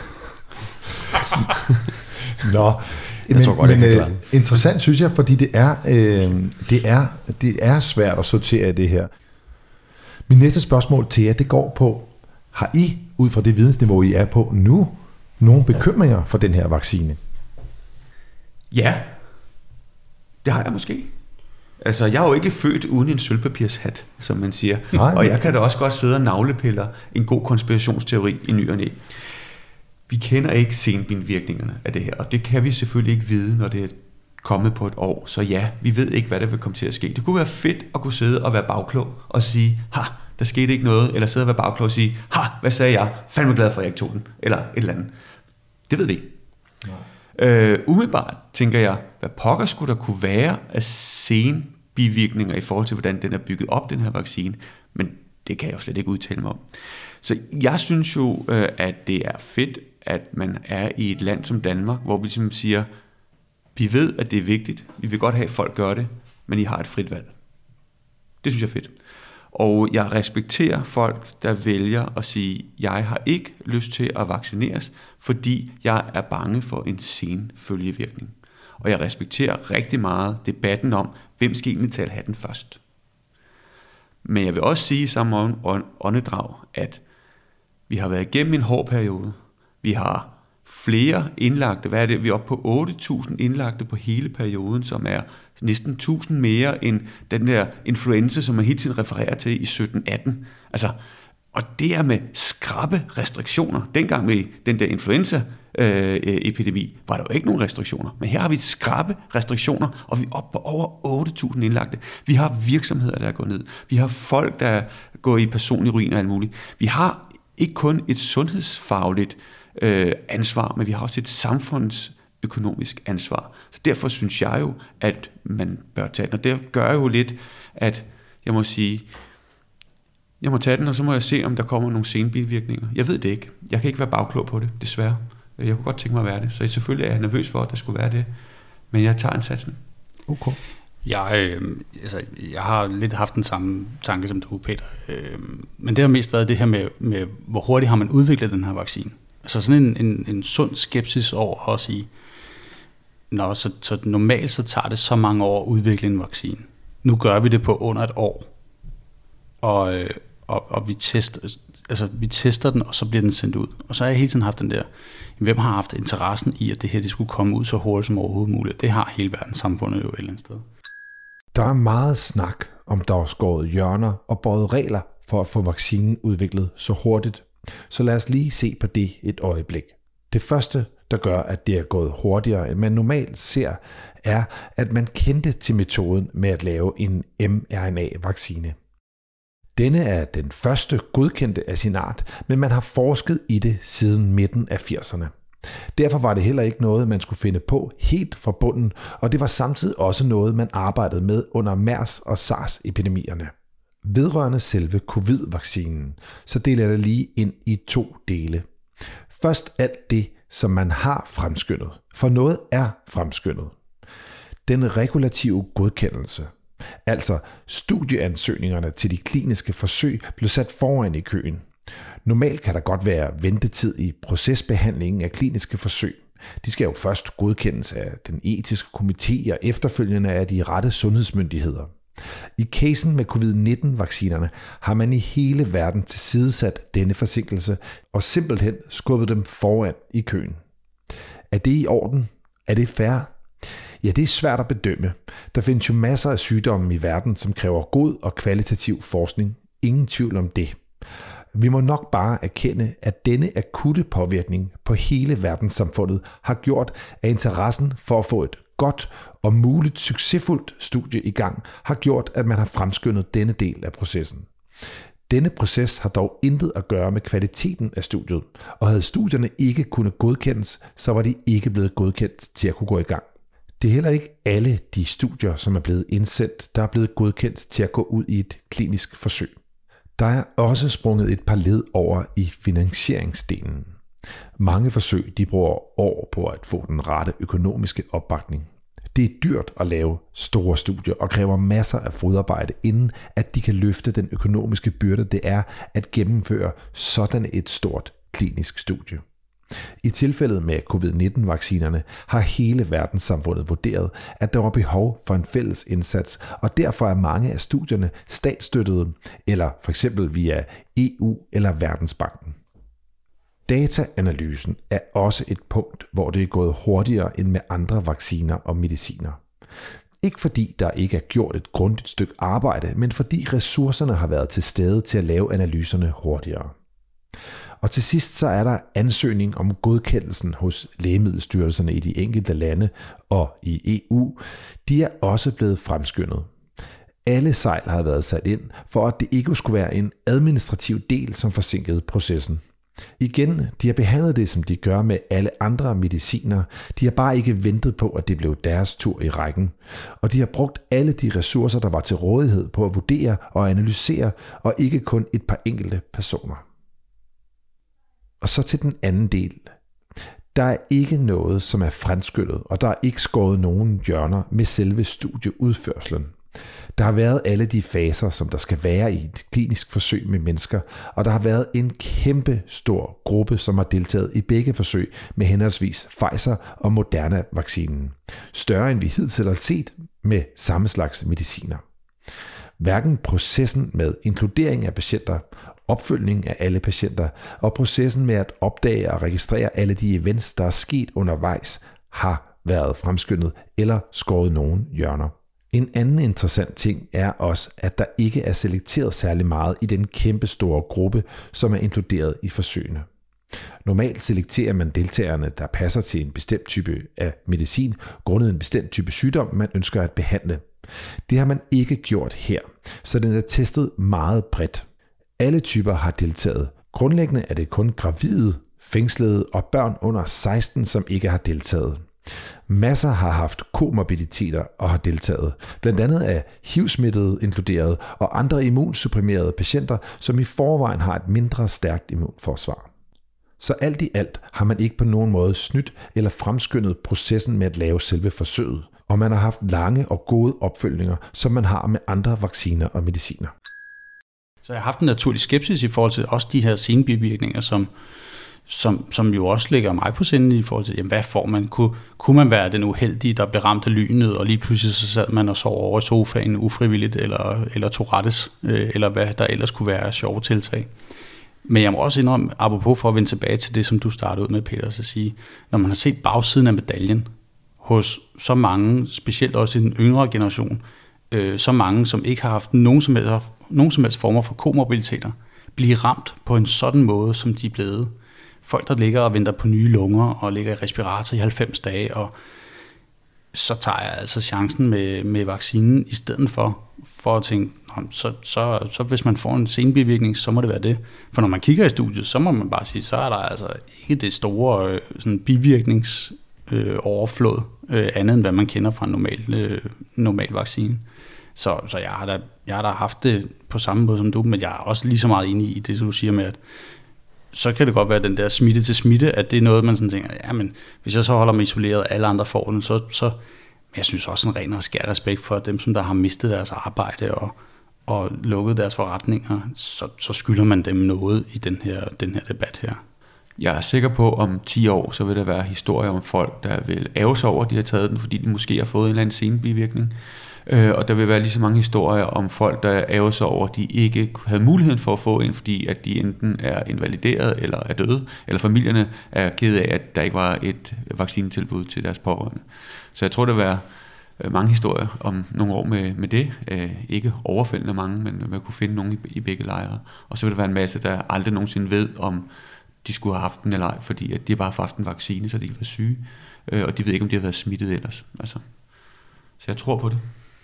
Nå, jeg men, tror godt, men jeg øh, interessant synes jeg, fordi det er, øh, det, er, det er svært at sortere det her. Min næste spørgsmål til jer, det går på, har I, ud fra det vidensniveau, I er på nu, nogle bekymringer for den her vaccine? Ja, det har jeg måske. Altså, jeg er jo ikke født uden en sølvpapirshat, som man siger. Nej, og jeg kan da også godt sidde og navlepiller en god konspirationsteori i ny og næ. Vi kender ikke senbindvirkningerne af det her, og det kan vi selvfølgelig ikke vide, når det er kommet på et år. Så ja, vi ved ikke, hvad der vil komme til at ske. Det kunne være fedt at kunne sidde og være bagklog og sige, ha, der skete ikke noget, eller sidde og være bagklog og sige, ha, hvad sagde jeg? Fandme glad for, at jeg ikke tog den, eller et eller andet. Det ved vi ikke. Nej. Øh, umiddelbart tænker jeg, hvad pokker skulle der kunne være af senbivirkninger i forhold til, hvordan den er bygget op, den her vaccine, men det kan jeg jo slet ikke udtale mig om. Så jeg synes jo, øh, at det er fedt, at man er i et land som Danmark, hvor vi ligesom siger, vi ved, at det er vigtigt, vi vil godt have, at folk gør det, men I har et frit valg. Det synes jeg er fedt. Og jeg respekterer folk, der vælger at sige, jeg har ikke lyst til at vaccineres, fordi jeg er bange for en sen følgevirkning. Og jeg respekterer rigtig meget debatten om, hvem skal egentlig tale hatten først. Men jeg vil også sige i samme åndedrag, at vi har været igennem en hård periode. Vi har flere indlagte. Hvad er det? Vi er oppe på otte tusind indlagte på hele perioden, som er næsten tusind mere end den der influenza, som man hele tiden refererer til i sytten atten. Altså, og det er med skrappe restriktioner. Dengang med den der influenza-epidemi var der jo ikke nogen restriktioner. Men her har vi skrappe restriktioner, og vi er oppe på over otte tusind indlagte. Vi har virksomheder, der er gået ned. Vi har folk, der går i personlig ruin og alt muligt. Vi har ikke kun et sundhedsfagligt øh, ansvar, men vi har også et samfundsøkonomisk ansvar. Så derfor synes jeg jo, at man bør tage den. Og det gør jo lidt, at jeg må sige, jeg må tage den, og så må jeg se, om der kommer nogle senbivirkninger. Jeg ved det ikke. Jeg kan ikke være bagklog på det, desværre. Jeg kunne godt tænke mig at være det. Så selvfølgelig er jeg nervøs for, at der skulle være det. Men jeg tager en satsning. Okay. Jeg, øh, altså, jeg har lidt haft den samme tanke som du, Peter. Øh, men det har mest været det her med, med, hvor hurtigt har man udviklet den her vaccine. Altså sådan en, en, en sund skepsis over at sige, nå, så, så normalt så tager det så mange år at udvikle en vaccine. Nu gør vi det på under et år. Og, øh, og, og vi, tester, altså, vi tester den, og så bliver den sendt ud. Og så har jeg hele tiden haft den der, hvem har haft interessen i, at det her det skulle komme ud så hurtigt som overhovedet muligt. Det har hele verdenssamfundet jo et eller andet sted. Der er meget snak om, der er skåret hjørner og bøjet regler for at få vaccinen udviklet så hurtigt. Så lad os lige se på det et øjeblik. Det første, der gør, at det er gået hurtigere, end man normalt ser, er, at man kendte til metoden med at lave en mRNA-vaccine. Denne er den første godkendte af sin art, men man har forsket i det siden midten af firserne. Derfor var det heller ikke noget, man skulle finde på helt fra bunden, og det var samtidig også noget, man arbejdede med under MERS- og SARS-epidemierne. Vedrørende selve covid-vaccinen, så deler jeg det lige ind i to dele. Først alt det, som man har fremskyndet, for noget er fremskyndet. Den regulative godkendelse, altså studieansøgningerne til de kliniske forsøg, blev sat foran i køen. Normalt kan der godt være ventetid i procesbehandlingen af kliniske forsøg. De skal jo først godkendes af den etiske komité og efterfølgende af de rette sundhedsmyndigheder. I casen med covid nitten-vaccinerne har man i hele verden tilsidesat denne forsinkelse og simpelthen skubbet dem foran i køen. Er det i orden? Er det fair? Ja, det er svært at bedømme. Der findes jo masser af sygdomme i verden, som kræver god og kvalitativ forskning. Ingen tvivl om det. Vi må nok bare erkende, at denne akutte påvirkning på hele verdenssamfundet har gjort, at interessen for at få et godt og muligt succesfuldt studie i gang har gjort, at man har fremskyndet denne del af processen. Denne proces har dog intet at gøre med kvaliteten af studiet, og havde studierne ikke kunnet godkendes, så var de ikke blevet godkendt til at kunne gå i gang. Det er heller ikke alle de studier, som er blevet indsendt, der er blevet godkendt til at gå ud i et klinisk forsøg. Der er også sprunget et par led over i finansieringsdelen. Mange forsøg de bruger år på at få den rette økonomiske opbakning. Det er dyrt at lave store studier og kræver masser af fodarbejde, inden at de kan løfte den økonomiske byrde, det er at gennemføre sådan et stort klinisk studie. I tilfældet med covid nitten-vaccinerne har hele verdenssamfundet vurderet, at der var behov for en fælles indsats, og derfor er mange af studierne statsstøttede, eller for eksempel via E U eller Verdensbanken. Dataanalysen er også et punkt, hvor det er gået hurtigere end med andre vacciner og mediciner. Ikke fordi der ikke er gjort et grundigt stykke arbejde, men fordi ressourcerne har været til stede til at lave analyserne hurtigere. Og til sidst så er der ansøgning om godkendelsen hos lægemiddelstyrelserne i de enkelte lande og i E U. De er også blevet fremskyndet. Alle sejl har været sat ind, for at det ikke skulle være en administrativ del, som forsinkede processen. Igen, de har behandlet det, som de gør med alle andre mediciner. De har bare ikke ventet på, at det blev deres tur i rækken. Og de har brugt alle de ressourcer, der var til rådighed på at vurdere og analysere, og ikke kun et par enkelte personer. Og så til den anden del. Der er ikke noget, som er fremskyndet, og der er ikke skåret nogen hjørner med selve studieudførslen. Der har været alle de faser, som der skal være i et klinisk forsøg med mennesker, og der har været en kæmpe stor gruppe, som har deltaget i begge forsøg med henholdsvis Pfizer og Moderna-vaccinen. Større end vi hidtil har set med samme slags mediciner. Hverken processen med inkludering af patienter, opfølgning af alle patienter og processen med at opdage og registrere alle de events, der er sket undervejs, har været fremskyndet eller skåret nogen hjørner. En anden interessant ting er også, at der ikke er selekteret særlig meget i den kæmpe store gruppe, som er inkluderet i forsøgene. Normalt selekterer man deltagerne, der passer til en bestemt type af medicin, grundet en bestemt type sygdom, man ønsker at behandle. Det har man ikke gjort her, så den er testet meget bredt. Alle typer har deltaget. Grundlæggende er det kun gravide, fængslede og børn under seksten, som ikke har deltaget. Masser har haft komorbiditeter og har deltaget. Blandt andet er H I V-smittede inkluderet og andre immunsupprimerede patienter, som i forvejen har et mindre stærkt immunforsvar. Så alt i alt har man ikke på nogen måde snydt eller fremskyndet processen med at lave selve forsøget, og man har haft lange og gode opfølgninger, som man har med andre vacciner og mediciner. Så jeg har haft en naturlig skepsis i forhold til også de her senbivirkninger, som, som, som jo også ligger mig på sinde i forhold til, jamen, hvad får man? Kunne, kunne man være den uheldige, der blev ramt af lynet, og lige pludselig så sad man og sov over i sofaen ufrivilligt, eller, eller Tourettes, øh, eller hvad der ellers kunne være sjove tiltag. Men jeg må også indrømme, apropos for at vende tilbage til det, som du startede ud med, Peter, så at sige, når man har set bagsiden af medaljen hos så mange, specielt også i den yngre generation, øh, så mange, som ikke har haft nogen som helst, nogen som helst former for komorbiditeter, blive ramt på en sådan måde, som de er blevet. Folk, der ligger og venter på nye lunger og ligger i respirator i halvfems dage, og så tager jeg altså chancen med, med vaccinen i stedet for, for at tænke, så, så, så hvis man får en senbivirkning, så må det være det. For når man kigger i studiet, så må man bare sige, så er der altså ikke det store sådan bivirkningsoverflod, øh, øh, andet end hvad man kender fra en normal, øh, normal vaccine. Så, så jeg, har da, jeg har da haft det på samme måde som du, men jeg er også lige så meget enig i det, du siger med, at så kan det godt være den der smitte til smitte, at det er noget, man sådan tænker, ja, men hvis jeg så holder mig isoleret, og alle andre får den, så, så jeg synes også en ren og skær respekt for dem, som der har mistet deres arbejde og, og lukket deres forretninger, så, så skylder man dem noget i den her, den her debat her. Jeg er sikker på, at om ti år, så vil der være historier om folk, der vil ærge sig over, at de har taget den, fordi de måske har fået en eller anden senbivirkning. Øh, og der vil være lige så mange historier om folk, der ærger sig over, at de ikke havde muligheden for at få en, fordi at de enten er invalideret eller er døde, eller familierne er ked af, at der ikke var et vaccinetilbud til deres pårørende. Så jeg tror, der vil være mange historier om nogle år med, med det. Øh, ikke overfældende mange, men man kunne finde nogen i, i begge lejre. Og så vil der være en masse, der aldrig nogensinde ved, om de skulle have haft den eller ej, fordi at de har bare haft en vaccine, så de ikke var syge. Øh, og de ved ikke, om de har været smittet ellers. Altså. Så jeg tror på det.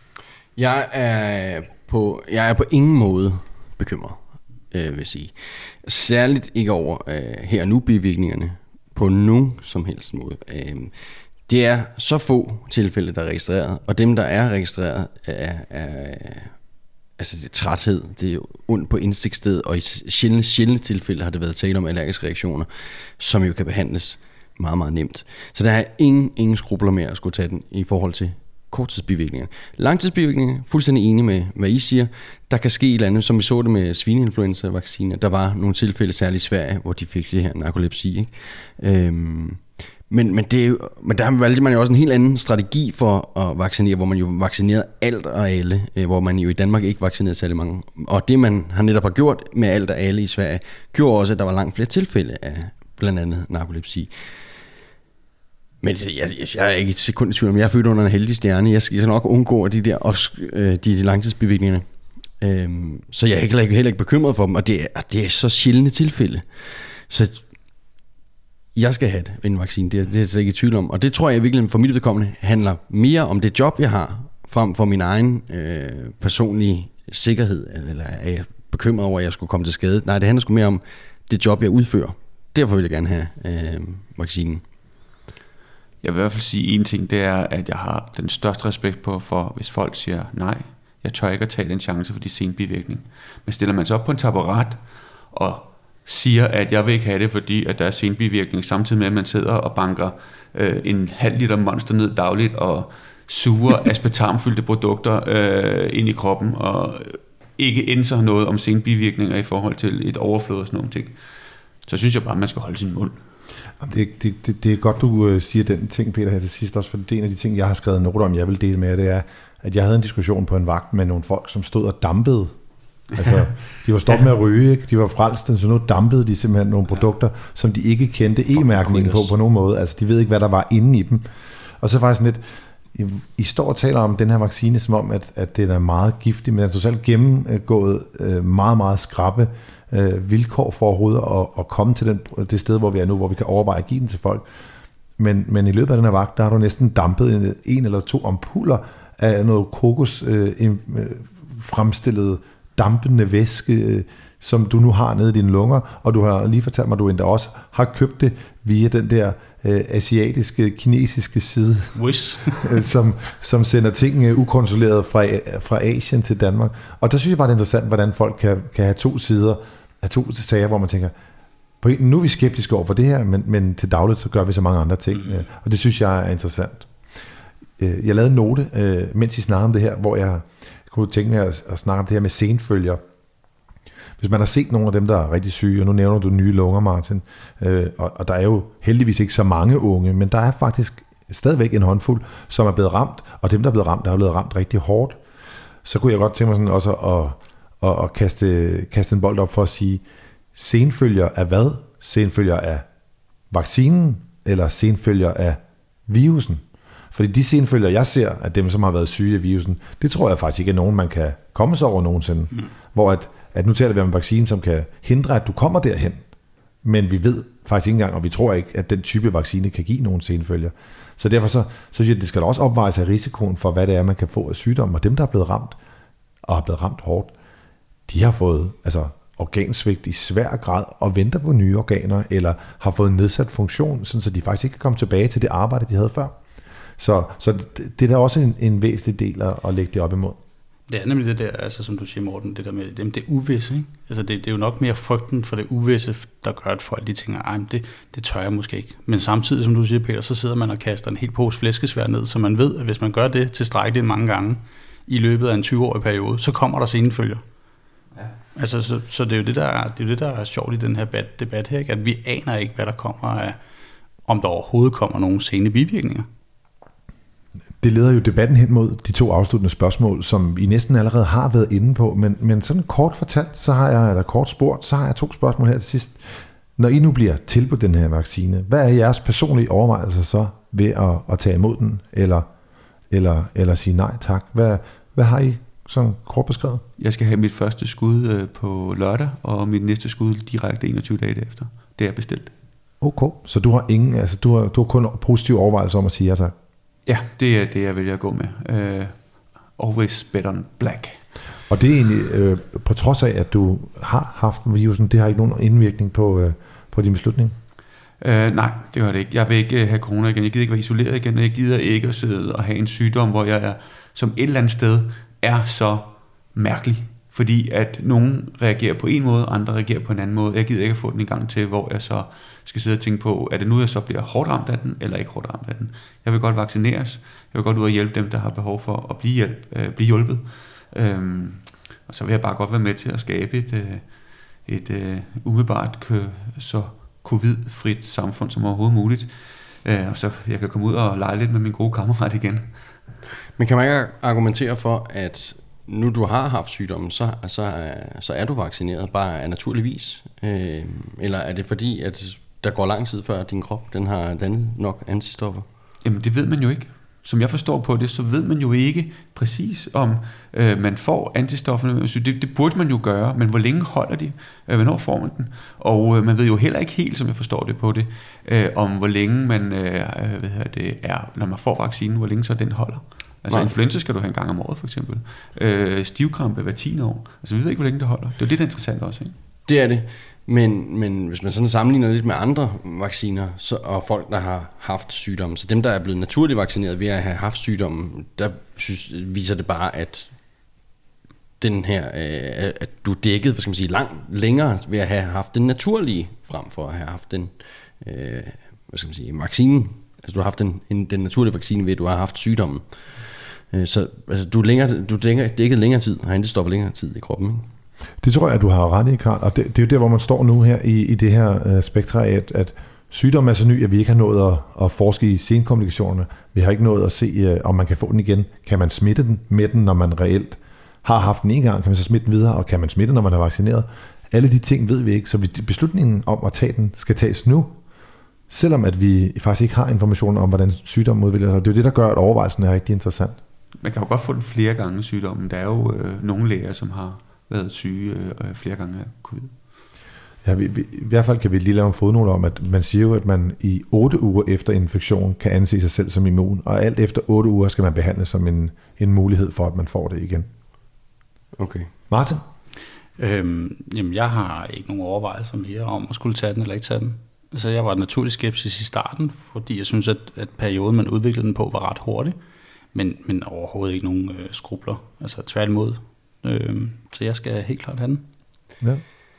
Jeg er på, jeg er på ingen måde bekymret, øh, vil jeg sige. Særligt ikke over øh, her og nu bivirkningerne på nogen som helst måde. Øh, det er så få tilfælde, der er registreret, og dem, der er registreret, er, er altså det er træthed, det er ondt på indstikssted, og i sjældne, sjældne tilfælde har det været tale om allergiske reaktioner, som jo kan behandles meget, meget nemt. Så der er ingen, ingen skrubler med at skulle tage den i forhold til korttidsbivirkninger. Langtidsbivirkninger, fuldstændig enig med, hvad I siger. Der kan ske et eller andet, som vi så det med svineinfluenza-vacciner. Der var nogle tilfælde, særligt i Sverige, hvor de fik det her narkolepsi. Ikke? Øhm, men, men, det er jo, men der valgte man jo også en helt anden strategi for at vaccinere, hvor man jo vaccinerede alt og alle, øh, hvor man jo i Danmark ikke vaccinerede særlig mange. Og det, man har netop har gjort med alt og alle i Sverige, gjorde også, at der var langt flere tilfælde af blandt andet narkolepsi. Men jeg, jeg er ikke et sekund i tvivl om, jeg er født under en heldig stjerne. Jeg skal nok undgå de der også, øh, de, de langtidsbivirkninger. Øhm, så jeg er heller ikke, heller ikke bekymret for dem, og det er, det er så sjældne tilfælde. Så jeg skal have det, en vaccine, det er, det er jeg slet ikke i tvivl om. Og det tror jeg virkelig for mit vedkommende handler mere om det job, jeg har, frem for min egen øh, personlige sikkerhed, eller er jeg bekymret over, at jeg skulle komme til skade. Nej, det handler sgu mere om det job, jeg udfører. Derfor vil jeg gerne have øh, vaccinen. Jeg vil i hvert fald sige en ting, det er, at jeg har den største respekt på, for hvis folk siger nej, jeg tør ikke at tage den chance for de senbivirkning. Men stiller man sig op på en taburet og siger, at jeg vil ikke have det, fordi at der er senbivirkning, samtidig med, at man sidder og banker øh, en halv liter monster ned dagligt, og suger aspartamfyldte produkter øh, ind i kroppen, og ikke ændrer noget om senbivirkninger i forhold til et overflod og sådan nogle ting. Så synes jeg bare, at man skal holde sin mund. Det, det, det, det er godt, du øh, siger den ting, Peter, her til sidst også, for det er en af de ting, jeg har skrevet noter om, jeg vil dele med, det er, at jeg havde en diskussion på en vagt med nogle folk, som stod og dampede. Altså, de var stoppet med at ryge, ikke? De var frelste, så nu dampede de simpelthen nogle produkter, som de ikke kendte e-mærkningen på på nogen måde. Altså, de ved ikke, hvad der var inde i dem. Og så faktisk lidt, I, I står og taler om den her vaccine, som om, at, at den er meget giftig, men den er totalt gennemgået øh, meget, meget skrappe øh, vilkår for overhovedet at, at komme til den, det sted, hvor vi er nu, hvor vi kan overveje at give den til folk. Men, men i løbet af den her vagt, der har du næsten dampet en, en eller to ampuller af noget kokos øh, øh, fremstillet dampende væske, øh, som du nu har nede i dine lunger, og du har lige fortalt mig, at du endda også har købt det via den der øh, asiatiske, kinesiske side, som, som sender ting øh, ukontrolleret fra, fra Asien til Danmark. Og der synes jeg bare, det er interessant, hvordan folk kan, kan have to sider af to sager, hvor man tænker, på en, nu er vi skeptiske over for det her, men, men til dagligt, så gør vi så mange andre ting, mm. øh, og det synes jeg er interessant. Øh, jeg lavede en note, øh, mens I snakkede om det her, hvor jeg kunne tænke mig at, at snakke om det her med senfølger. Hvis man har set nogle af dem, der er rigtig syge, og nu nævner du nye lunger, Martin, øh, og, og der er jo heldigvis ikke så mange unge, men der er faktisk stadigvæk en håndfuld, som er blevet ramt, og dem, der er blevet ramt, der er blevet ramt rigtig hårdt. Så kunne jeg godt tænke mig sådan også at, at, at kaste, kaste en bold op for at sige, senfølger af hvad? Senfølger af vaccinen, eller senfølger af virusen? Fordi de senfølger, jeg ser, at dem, som har været syge af virusen, det tror jeg faktisk ikke er nogen, man kan komme sig over nogensinde. Mm. Hvor at, at nu taler vi om en vaccine, som kan hindre, at du kommer derhen. Men vi ved faktisk ikke engang, og vi tror ikke, at den type vaccine kan give nogen senfølger. Så derfor så, så synes jeg, at det skal også opvejes af risikoen for, hvad det er, man kan få af sygdom. Og dem, der er blevet ramt, og er blevet ramt hårdt, de har fået altså, organsvigt i svær grad og venter på nye organer, eller har fået en nedsat funktion, sådan så de faktisk ikke kan komme tilbage til det arbejde, de havde før. Så, så det, det er da også en, en væsentlig del at, at lægge det op imod. Det er nemlig det der, altså som du siger, Morten, det der med det, det uvisse, ikke? Altså det, det er jo nok mere frygten for det uvisse, der gør, at folk de tænker, ej, det, det tør jeg måske ikke. Men samtidig, som du siger, Peter, så sidder man og kaster en helt pose flæskesvær ned, så man ved, at hvis man gør det tilstrækkeligt mange gange i løbet af en tyve-årig periode, så kommer der senfølger. Ja. Altså, så, så det er jo det, der er, det er jo det, der er sjovt i den her debat, debat her, ikke? At vi aner ikke, hvad der kommer af, om der overhovedet kommer nogle sene bivirkninger. Det leder jo debatten hen mod de to afsluttende spørgsmål, som I næsten allerede har været inde på, men, men sådan kort fortalt, så har jeg, eller kort spurgt, så har jeg to spørgsmål her til sidst. Når I nu bliver tilbudt den her vaccine, hvad er jeres personlige overvejelser så ved at, at tage imod den, eller, eller, eller sige nej tak? Hvad, hvad har I sådan kort beskrevet? Jeg skal have mit første skud på lørdag, og mit næste skud direkte enogtyve dage efter. Det er bestilt. Okay, så du har ingen, altså du har, du har kun positive overvejelser om at sige ja tak? Ja, det er det, jeg vælger at gå med. Uh, always bet on black. Og det er egentlig, øh, på trods af, at du har haft virusen, det har ikke nogen indvirkning på, øh, på din beslutning? Uh, nej, det har det ikke. Jeg vil ikke have corona igen. Jeg gider ikke være isoleret igen. Jeg gider ikke at sidde og have en sygdom, hvor jeg er, som et eller andet sted er så mærkelig. Fordi at nogen reagerer på en måde, andre reagerer på en anden måde. Jeg gider ikke at få den i gang til, hvor jeg så skal sidde og tænke på, er det nu, jeg så bliver hårdt ramt af den, eller ikke hårdt ramt af den. Jeg vil godt vaccineres. Jeg vil godt ud og hjælpe dem, der har behov for at blive, hjælp, øh, blive hjulpet. Øhm, og så vil jeg bare godt være med til at skabe et, øh, et øh, umiddelbart kø, så covid-frit samfund som overhovedet muligt. Øh, og så jeg kan komme ud og lege lidt med min gode kammerat igen. Men kan man ikke argumentere for, at nu du har haft sygdommen, så, så, så er du vaccineret bare af naturlig vis? Øh, eller er det fordi, at der går lang tid før din krop den har dannet nok antistoffer? Jamen det ved man jo ikke. Som jeg forstår på det, så ved man jo ikke præcis om øh, man får antistofferne. Så det, det burde man jo gøre, men hvor længe holder de? Øh, hvornår får man den? Og øh, man ved jo heller ikke helt, som jeg forstår det på det, øh, om hvor længe man øh, hvad hedder det, er, når man får vaccinen, hvor længe så den holder. Altså Nej. Influenza skal du have en gang om året for eksempel. Øh, stivkrampe hver tiende år. Altså vi ved ikke, hvor længe det holder. Det er jo det, der er interessant også, ikke? Det er det. Men, men hvis man sådan sammenligner lidt med andre vacciner så, og folk, der har haft sygdommen, så dem, der er blevet naturligt vaccineret ved at have haft sygdommen, der synes, viser det bare, at den her, øh, at du er dækket, hvad skal man sige, langt længere ved at have haft den naturlige, frem for at have haft den, øh, hvad skal man sige, vaccinen. Altså du har haft en, en, den naturlige vaccine ved, at du har haft sygdommen. Øh, så altså, du er længere, du er dækket længere tid, har ikke stoppet længere tid i kroppen, ikke? Det tror jeg, at du har ret i, Karl. Og det, det er jo der, hvor man står nu her i, i det her uh, spektra, at, at sygdommen er så ny, at vi ikke har nået at, at forske i senkomplikationerne. Vi har ikke nået at se, uh, om man kan få den igen. Kan man smitte den med den, når man reelt har haft den en gang? Kan man så smitte den videre? Og kan man smitte, når man er vaccineret? Alle de ting ved vi ikke. Så beslutningen om at tage den skal tages nu, selvom at vi faktisk ikke har information om, hvordan sygdommen udvikler sig. Det er jo det, der gør, at overvejelsen er rigtig interessant. Man kan jo godt få den flere gange, sygdommen. Der er jo øh, nogle læger, som har været syge øh, flere gange af covid. Ja, vi, vi, i hvert fald kan vi lige lave en fodnote om, at man siger jo, at man i otte uger efter infektion kan anse sig selv som immun, og alt efter otte uger skal man behandles som en, en mulighed for, at man får det igen. Okay. Martin? Øhm, jamen, jeg har ikke nogen overvejelser mere om at skulle tage den eller ikke tage den. Altså, jeg var naturlig skeptisk i starten, fordi jeg synes, at, at perioden, man udviklede den på, var ret hurtig, men, men overhovedet ikke nogen øh, skrubler. Altså, tværtimod. Øhm, så jeg skal helt klart have den. Ja.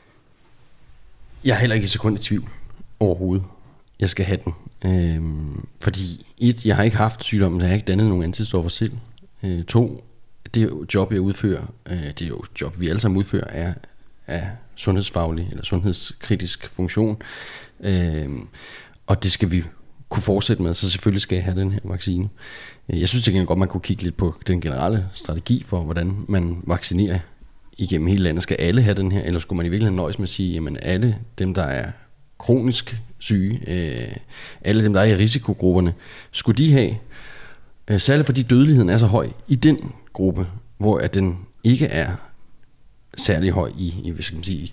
Jeg er heller ikke i sekund i tvivl overhovedet. Jeg skal have den. Øhm, fordi et, jeg har ikke haft sygdommen, jeg har ikke dannet nogen antistoffer selv. Øh, to, det job, jeg udfører, øh, det er jo et job, vi alle sammen udfører, er af sundhedsfaglig eller sundhedskritisk funktion. Øhm, og det skal vi kunne fortsætte med, så selvfølgelig skal jeg have den her vaccine. Jeg synes ikke godt, man kunne kigge lidt på den generelle strategi for, hvordan man vaccinerer igennem hele landet. Skal alle have den her, eller skulle man i virkeligheden nøjes med at sige, jamen alle dem, der er kronisk syge, øh, alle dem, der er i risikogrupperne, skulle de have, øh, særligt fordi dødeligheden er så høj i den gruppe, hvor at den ikke er særlig høj i, i hvad skal man sige,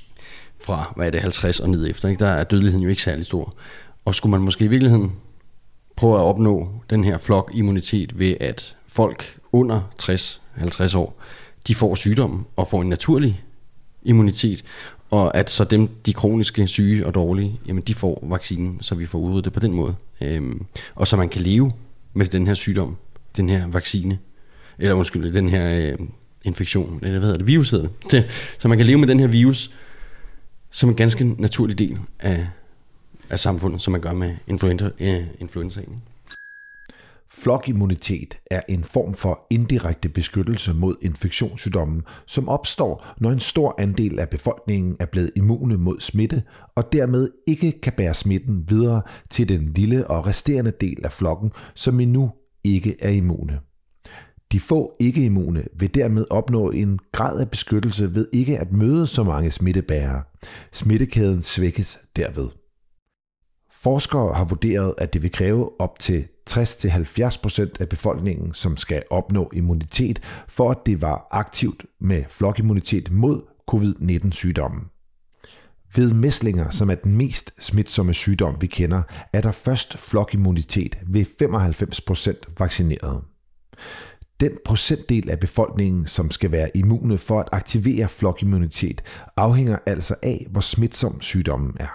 fra hvad er det, halvtreds og ned efter, ikke? Der er dødeligheden jo ikke særlig stor. Og skulle man måske i virkeligheden prøve at opnå den her flokimmunitet ved, at folk under tres til halvtreds år, de får sygdommen og får en naturlig immunitet, og at så dem, de kroniske syge og dårlige, jamen de får vaccinen, så vi får udryddet det på den måde. Øhm, og så man kan leve med den her sygdom, den her vaccine, eller undskyld, den her øh, infektion, eller hvad hedder det, virus hedder det. det. Så man kan leve med den her virus som en ganske naturlig del af, af samfundet, som man gør med influenza, øh, influenzaen. Flokimmunitet er en form for indirekte beskyttelse mod infektionssygdommen, som opstår, når en stor andel af befolkningen er blevet immune mod smitte, og dermed ikke kan bære smitten videre til den lille og resterende del af flokken, som endnu ikke er immune. De få ikke-immune vil dermed opnå en grad af beskyttelse ved ikke at møde så mange smittebærere. Smittekæden svækkes derved. Forskere har vurderet, at det vil kræve op til tres til halvfjerds procent af befolkningen, som skal opnå immunitet, for at det var aktivt med flokimmunitet mod covid nitten sygdommen. Ved mæslinger, som er den mest smitsomme sygdom, vi kender, er der først flokimmunitet ved femoghalvfems procent vaccineret. Den procentdel af befolkningen, som skal være immune for at aktivere flokimmunitet, afhænger altså af, hvor smitsom sygdommen er.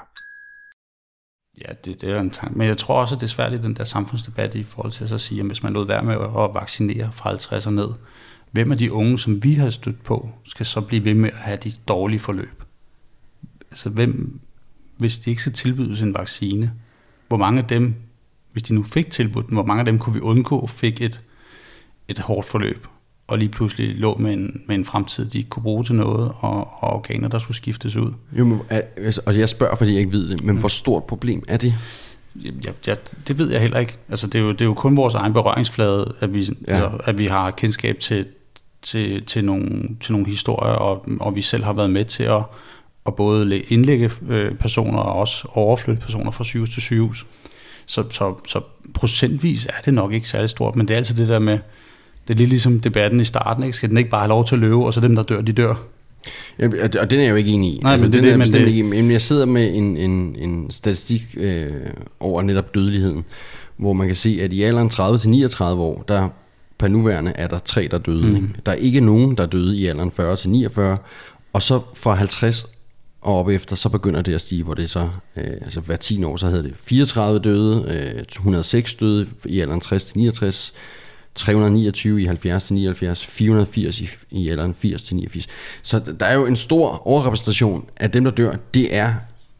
Ja, det, det er en tanke. Men jeg tror også, at det er svært i den der samfundsdebat i forhold til at så sige, at hvis man lod være med at vaccinere fra halvtreds og ned, hvem af de unge, som vi har stødt på, skal så blive ved med at have de dårlige forløb? Altså hvem, hvis de ikke skal tilbydes en vaccine, hvor mange af dem, hvis de nu fik tilbudt den, hvor mange af dem kunne vi undgå, fik et, et hårdt forløb, og lige pludselig lå med en, med en fremtid, de ikke kunne bruge til noget, og, og organer, der skulle skiftes ud. Jo, men, og jeg spørger, fordi jeg ikke ved det, men hvor stort problem er det? Ja, ja, det ved jeg heller ikke. Altså, det er jo, det er jo kun vores egen berøringsflade, at vi, ja. altså, at vi har kendskab til, til, til, nogle, til nogle historier, og, og vi selv har været med til at, at både indlægge øh, personer og også overflytte personer fra sygehus til sygehus. Så, så, så procentvis er det nok ikke særlig stort, men det er altid det der med, det er lidt ligesom debatten i starten, ikke? Skal den ikke bare have lov til at løbe, og så dem, der dør, de dør? Ja, og den er jeg jo ikke enig i. Nej, altså, men det, den er det, men, det, ikke. men jeg sidder med en, en, en statistik øh, over netop dødeligheden, hvor man kan se, at i alderen tredive til niogtredive år, der per nuværende er der tre, der døde. Mm. Der er ikke nogen, der døde i alderen fyrre til niogfyrre, og så fra halvtreds og op efter, så begynder det at stige, hvor det er så, øh, altså hver tiende år, så havde det fireogtredive døde, øh, et hundrede og seks døde i alderen tres til niogtres, tre hundrede og niogtyve i halvfjerds til nioghalvfjerds, fire hundrede og firs i, i alderen firs til niogfirs. Så der er jo en stor overrepræsentation af dem, der dør. Det er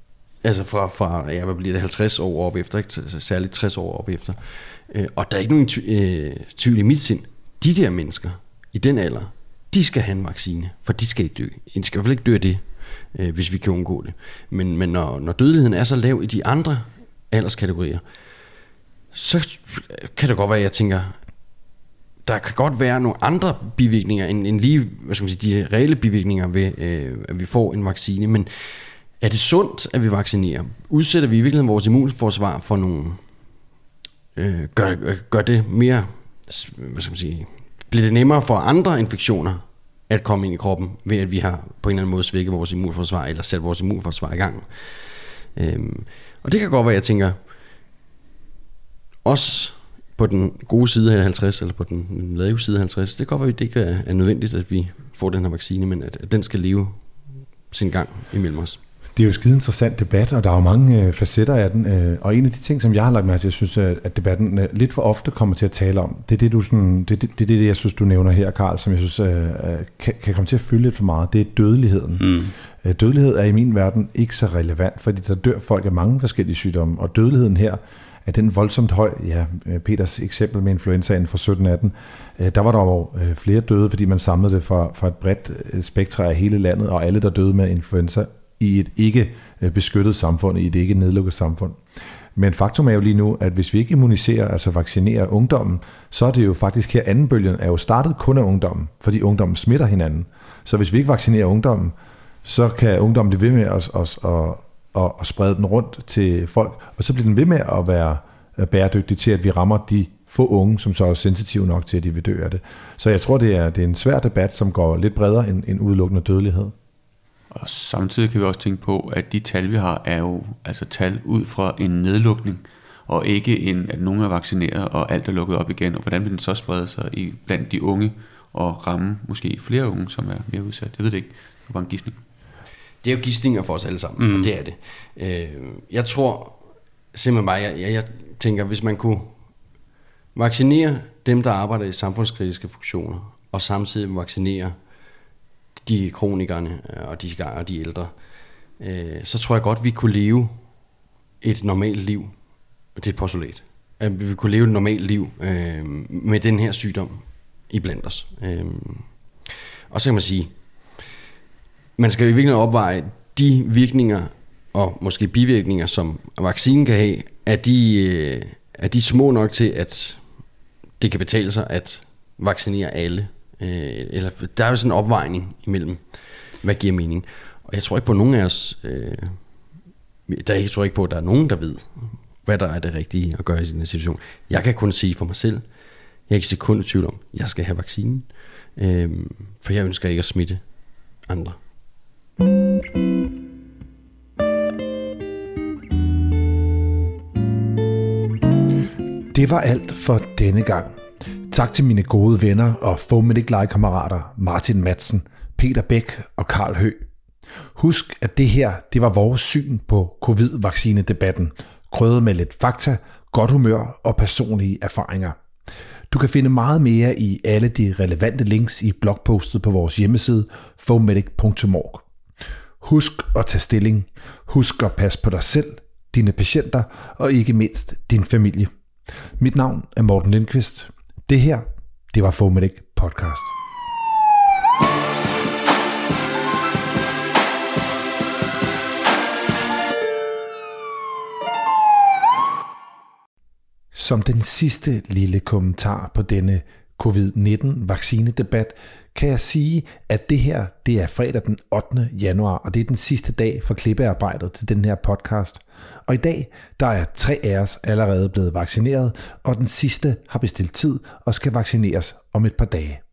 Altså fra, fra ja, hvad bliver det, halvtreds år op efter, ikke? Særligt tres år op efter. Øh, og der er ikke nogen øh, tvivl i mit sind. De der mennesker i den alder, de skal have en vaccine, for de skal ikke dø. De skal i hvert fald ikke dø af det, øh, hvis vi kan undgå det. Men, men når, når dødeligheden er så lav i de andre alderskategorier, så kan det godt være, at jeg tænker, der kan godt være nogle andre bivirkninger, end, end lige, hvad skal man sige, de reelle bivirkninger ved, øh, at vi får en vaccine. Men er det sundt, at vi vaccinerer? Udsætter vi i virkeligheden vores immunforsvar for nogle... Øh, gør, gør det mere... Hvad skal man sige... Bliver det nemmere for andre infektioner at komme ind i kroppen, ved at vi har på en eller anden måde svækket vores immunforsvar, eller sat vores immunforsvar i gang? Øhm, og det kan godt være, jeg tænker... Også på den gode side af halvtreds, eller på den lave side af halvtreds, det kan godt være, at det ikke er nødvendigt, at vi får den her vaccine, men at, at den skal leve sin gang imellem os. Det er jo en skide interessant debat, og der er jo mange øh, facetter af den. Øh, og en af de ting, som jeg har lagt mærke til, jeg synes, at debatten øh, lidt for ofte kommer til at tale om, det er det, du sådan, det, det, det, det, jeg synes, du nævner her, Karl, som jeg synes øh, kan, kan komme til at fylde lidt for meget. Det er dødeligheden. Mm. Øh, dødelighed er i min verden ikke så relevant, fordi der dør folk af mange forskellige sygdomme, og dødeligheden her er den voldsomt høj. Ja, Peters eksempel med influenzaen fra sytten atten, øh, der var der jo øh, flere døde, fordi man samlede det fra, fra et bredt øh, spektra af hele landet, og alle, der døde med influenza, i et ikke beskyttet samfund, i et ikke nedlukket samfund. Men faktum er jo lige nu, at hvis vi ikke immuniserer, altså vaccinerer ungdommen, så er det jo faktisk her anden bølgen er jo startet kun af ungdommen, fordi ungdommen smitter hinanden. Så hvis vi ikke vaccinerer ungdommen, så kan ungdommen blive ved med at, at, at, at, at sprede den rundt til folk, og så bliver den ved med at være bæredygtig til, at vi rammer de få unge, som så er sensitive nok til, at de vil dø af det. Så jeg tror, det er, det er en svær debat, som går lidt bredere end, end udelukkende dødelighed. Og samtidig kan vi også tænke på, at de tal, vi har, er jo altså tal ud fra en nedlukning, og ikke en, at nogen er vaccineret, og alt er lukket op igen. Og hvordan vil den så sprede sig i, blandt de unge, og ramme måske flere unge, som er mere udsat? Jeg ved det ikke. Det er bare en gidsning. Det er jo gidsninger for os alle sammen, mm. og det er det. Jeg tror simpelthen bare, jeg, jeg, jeg tænker, hvis man kunne vaccinere dem, der arbejder i samfundskritiske funktioner, og samtidig vaccinere de kronikerne og de, og de ældre, øh, så tror jeg godt, vi kunne leve et normalt liv. Det er et postulat. At vi kunne leve et normalt liv øh, med den her sygdom iblandt os. Øh, og så kan man sige, man skal i virkeligheden opveje de virkninger og måske bivirkninger, som vaccinen kan have, er de, øh, er de små nok til, at det kan betale sig at vaccinere alle. Eller, der er jo sådan en opvejning imellem, hvad giver mening. Og jeg tror ikke på nogen af os, øh, der, jeg tror ikke på, at der er nogen, der ved, hvad der er det rigtige at gøre i den situation. Jeg kan kun sige for mig selv, jeg er ikke sekund i tvivl om, jeg skal have vaccinen, øh, for jeg ønsker ikke at smitte andre. Det var alt for denne gang. Tak til mine gode venner og Fomedic legekammerater Martin Madsen, Peter Bæk og Karl Høgh. Husk, at det her det var vores syn på covid-vaccinedebatten, krydret med lidt fakta, godt humør og personlige erfaringer. Du kan finde meget mere i alle de relevante links i blogpostet på vores hjemmeside fomedic punktum org. Husk at tage stilling. Husk at passe på dig selv, dine patienter og ikke mindst din familie. Mit navn er Morten Lindqvist. Det her, det var Fomedic Podcast. Som den sidste lille kommentar på denne covid nitten vaccinedebat, kan jeg sige, at det her, det er fredag den ottende januar, og det er den sidste dag for klippearbejdet til den her podcast. Og i dag, der er tre af os allerede blevet vaccineret, og den sidste har bestilt tid og skal vaccineres om et par dage.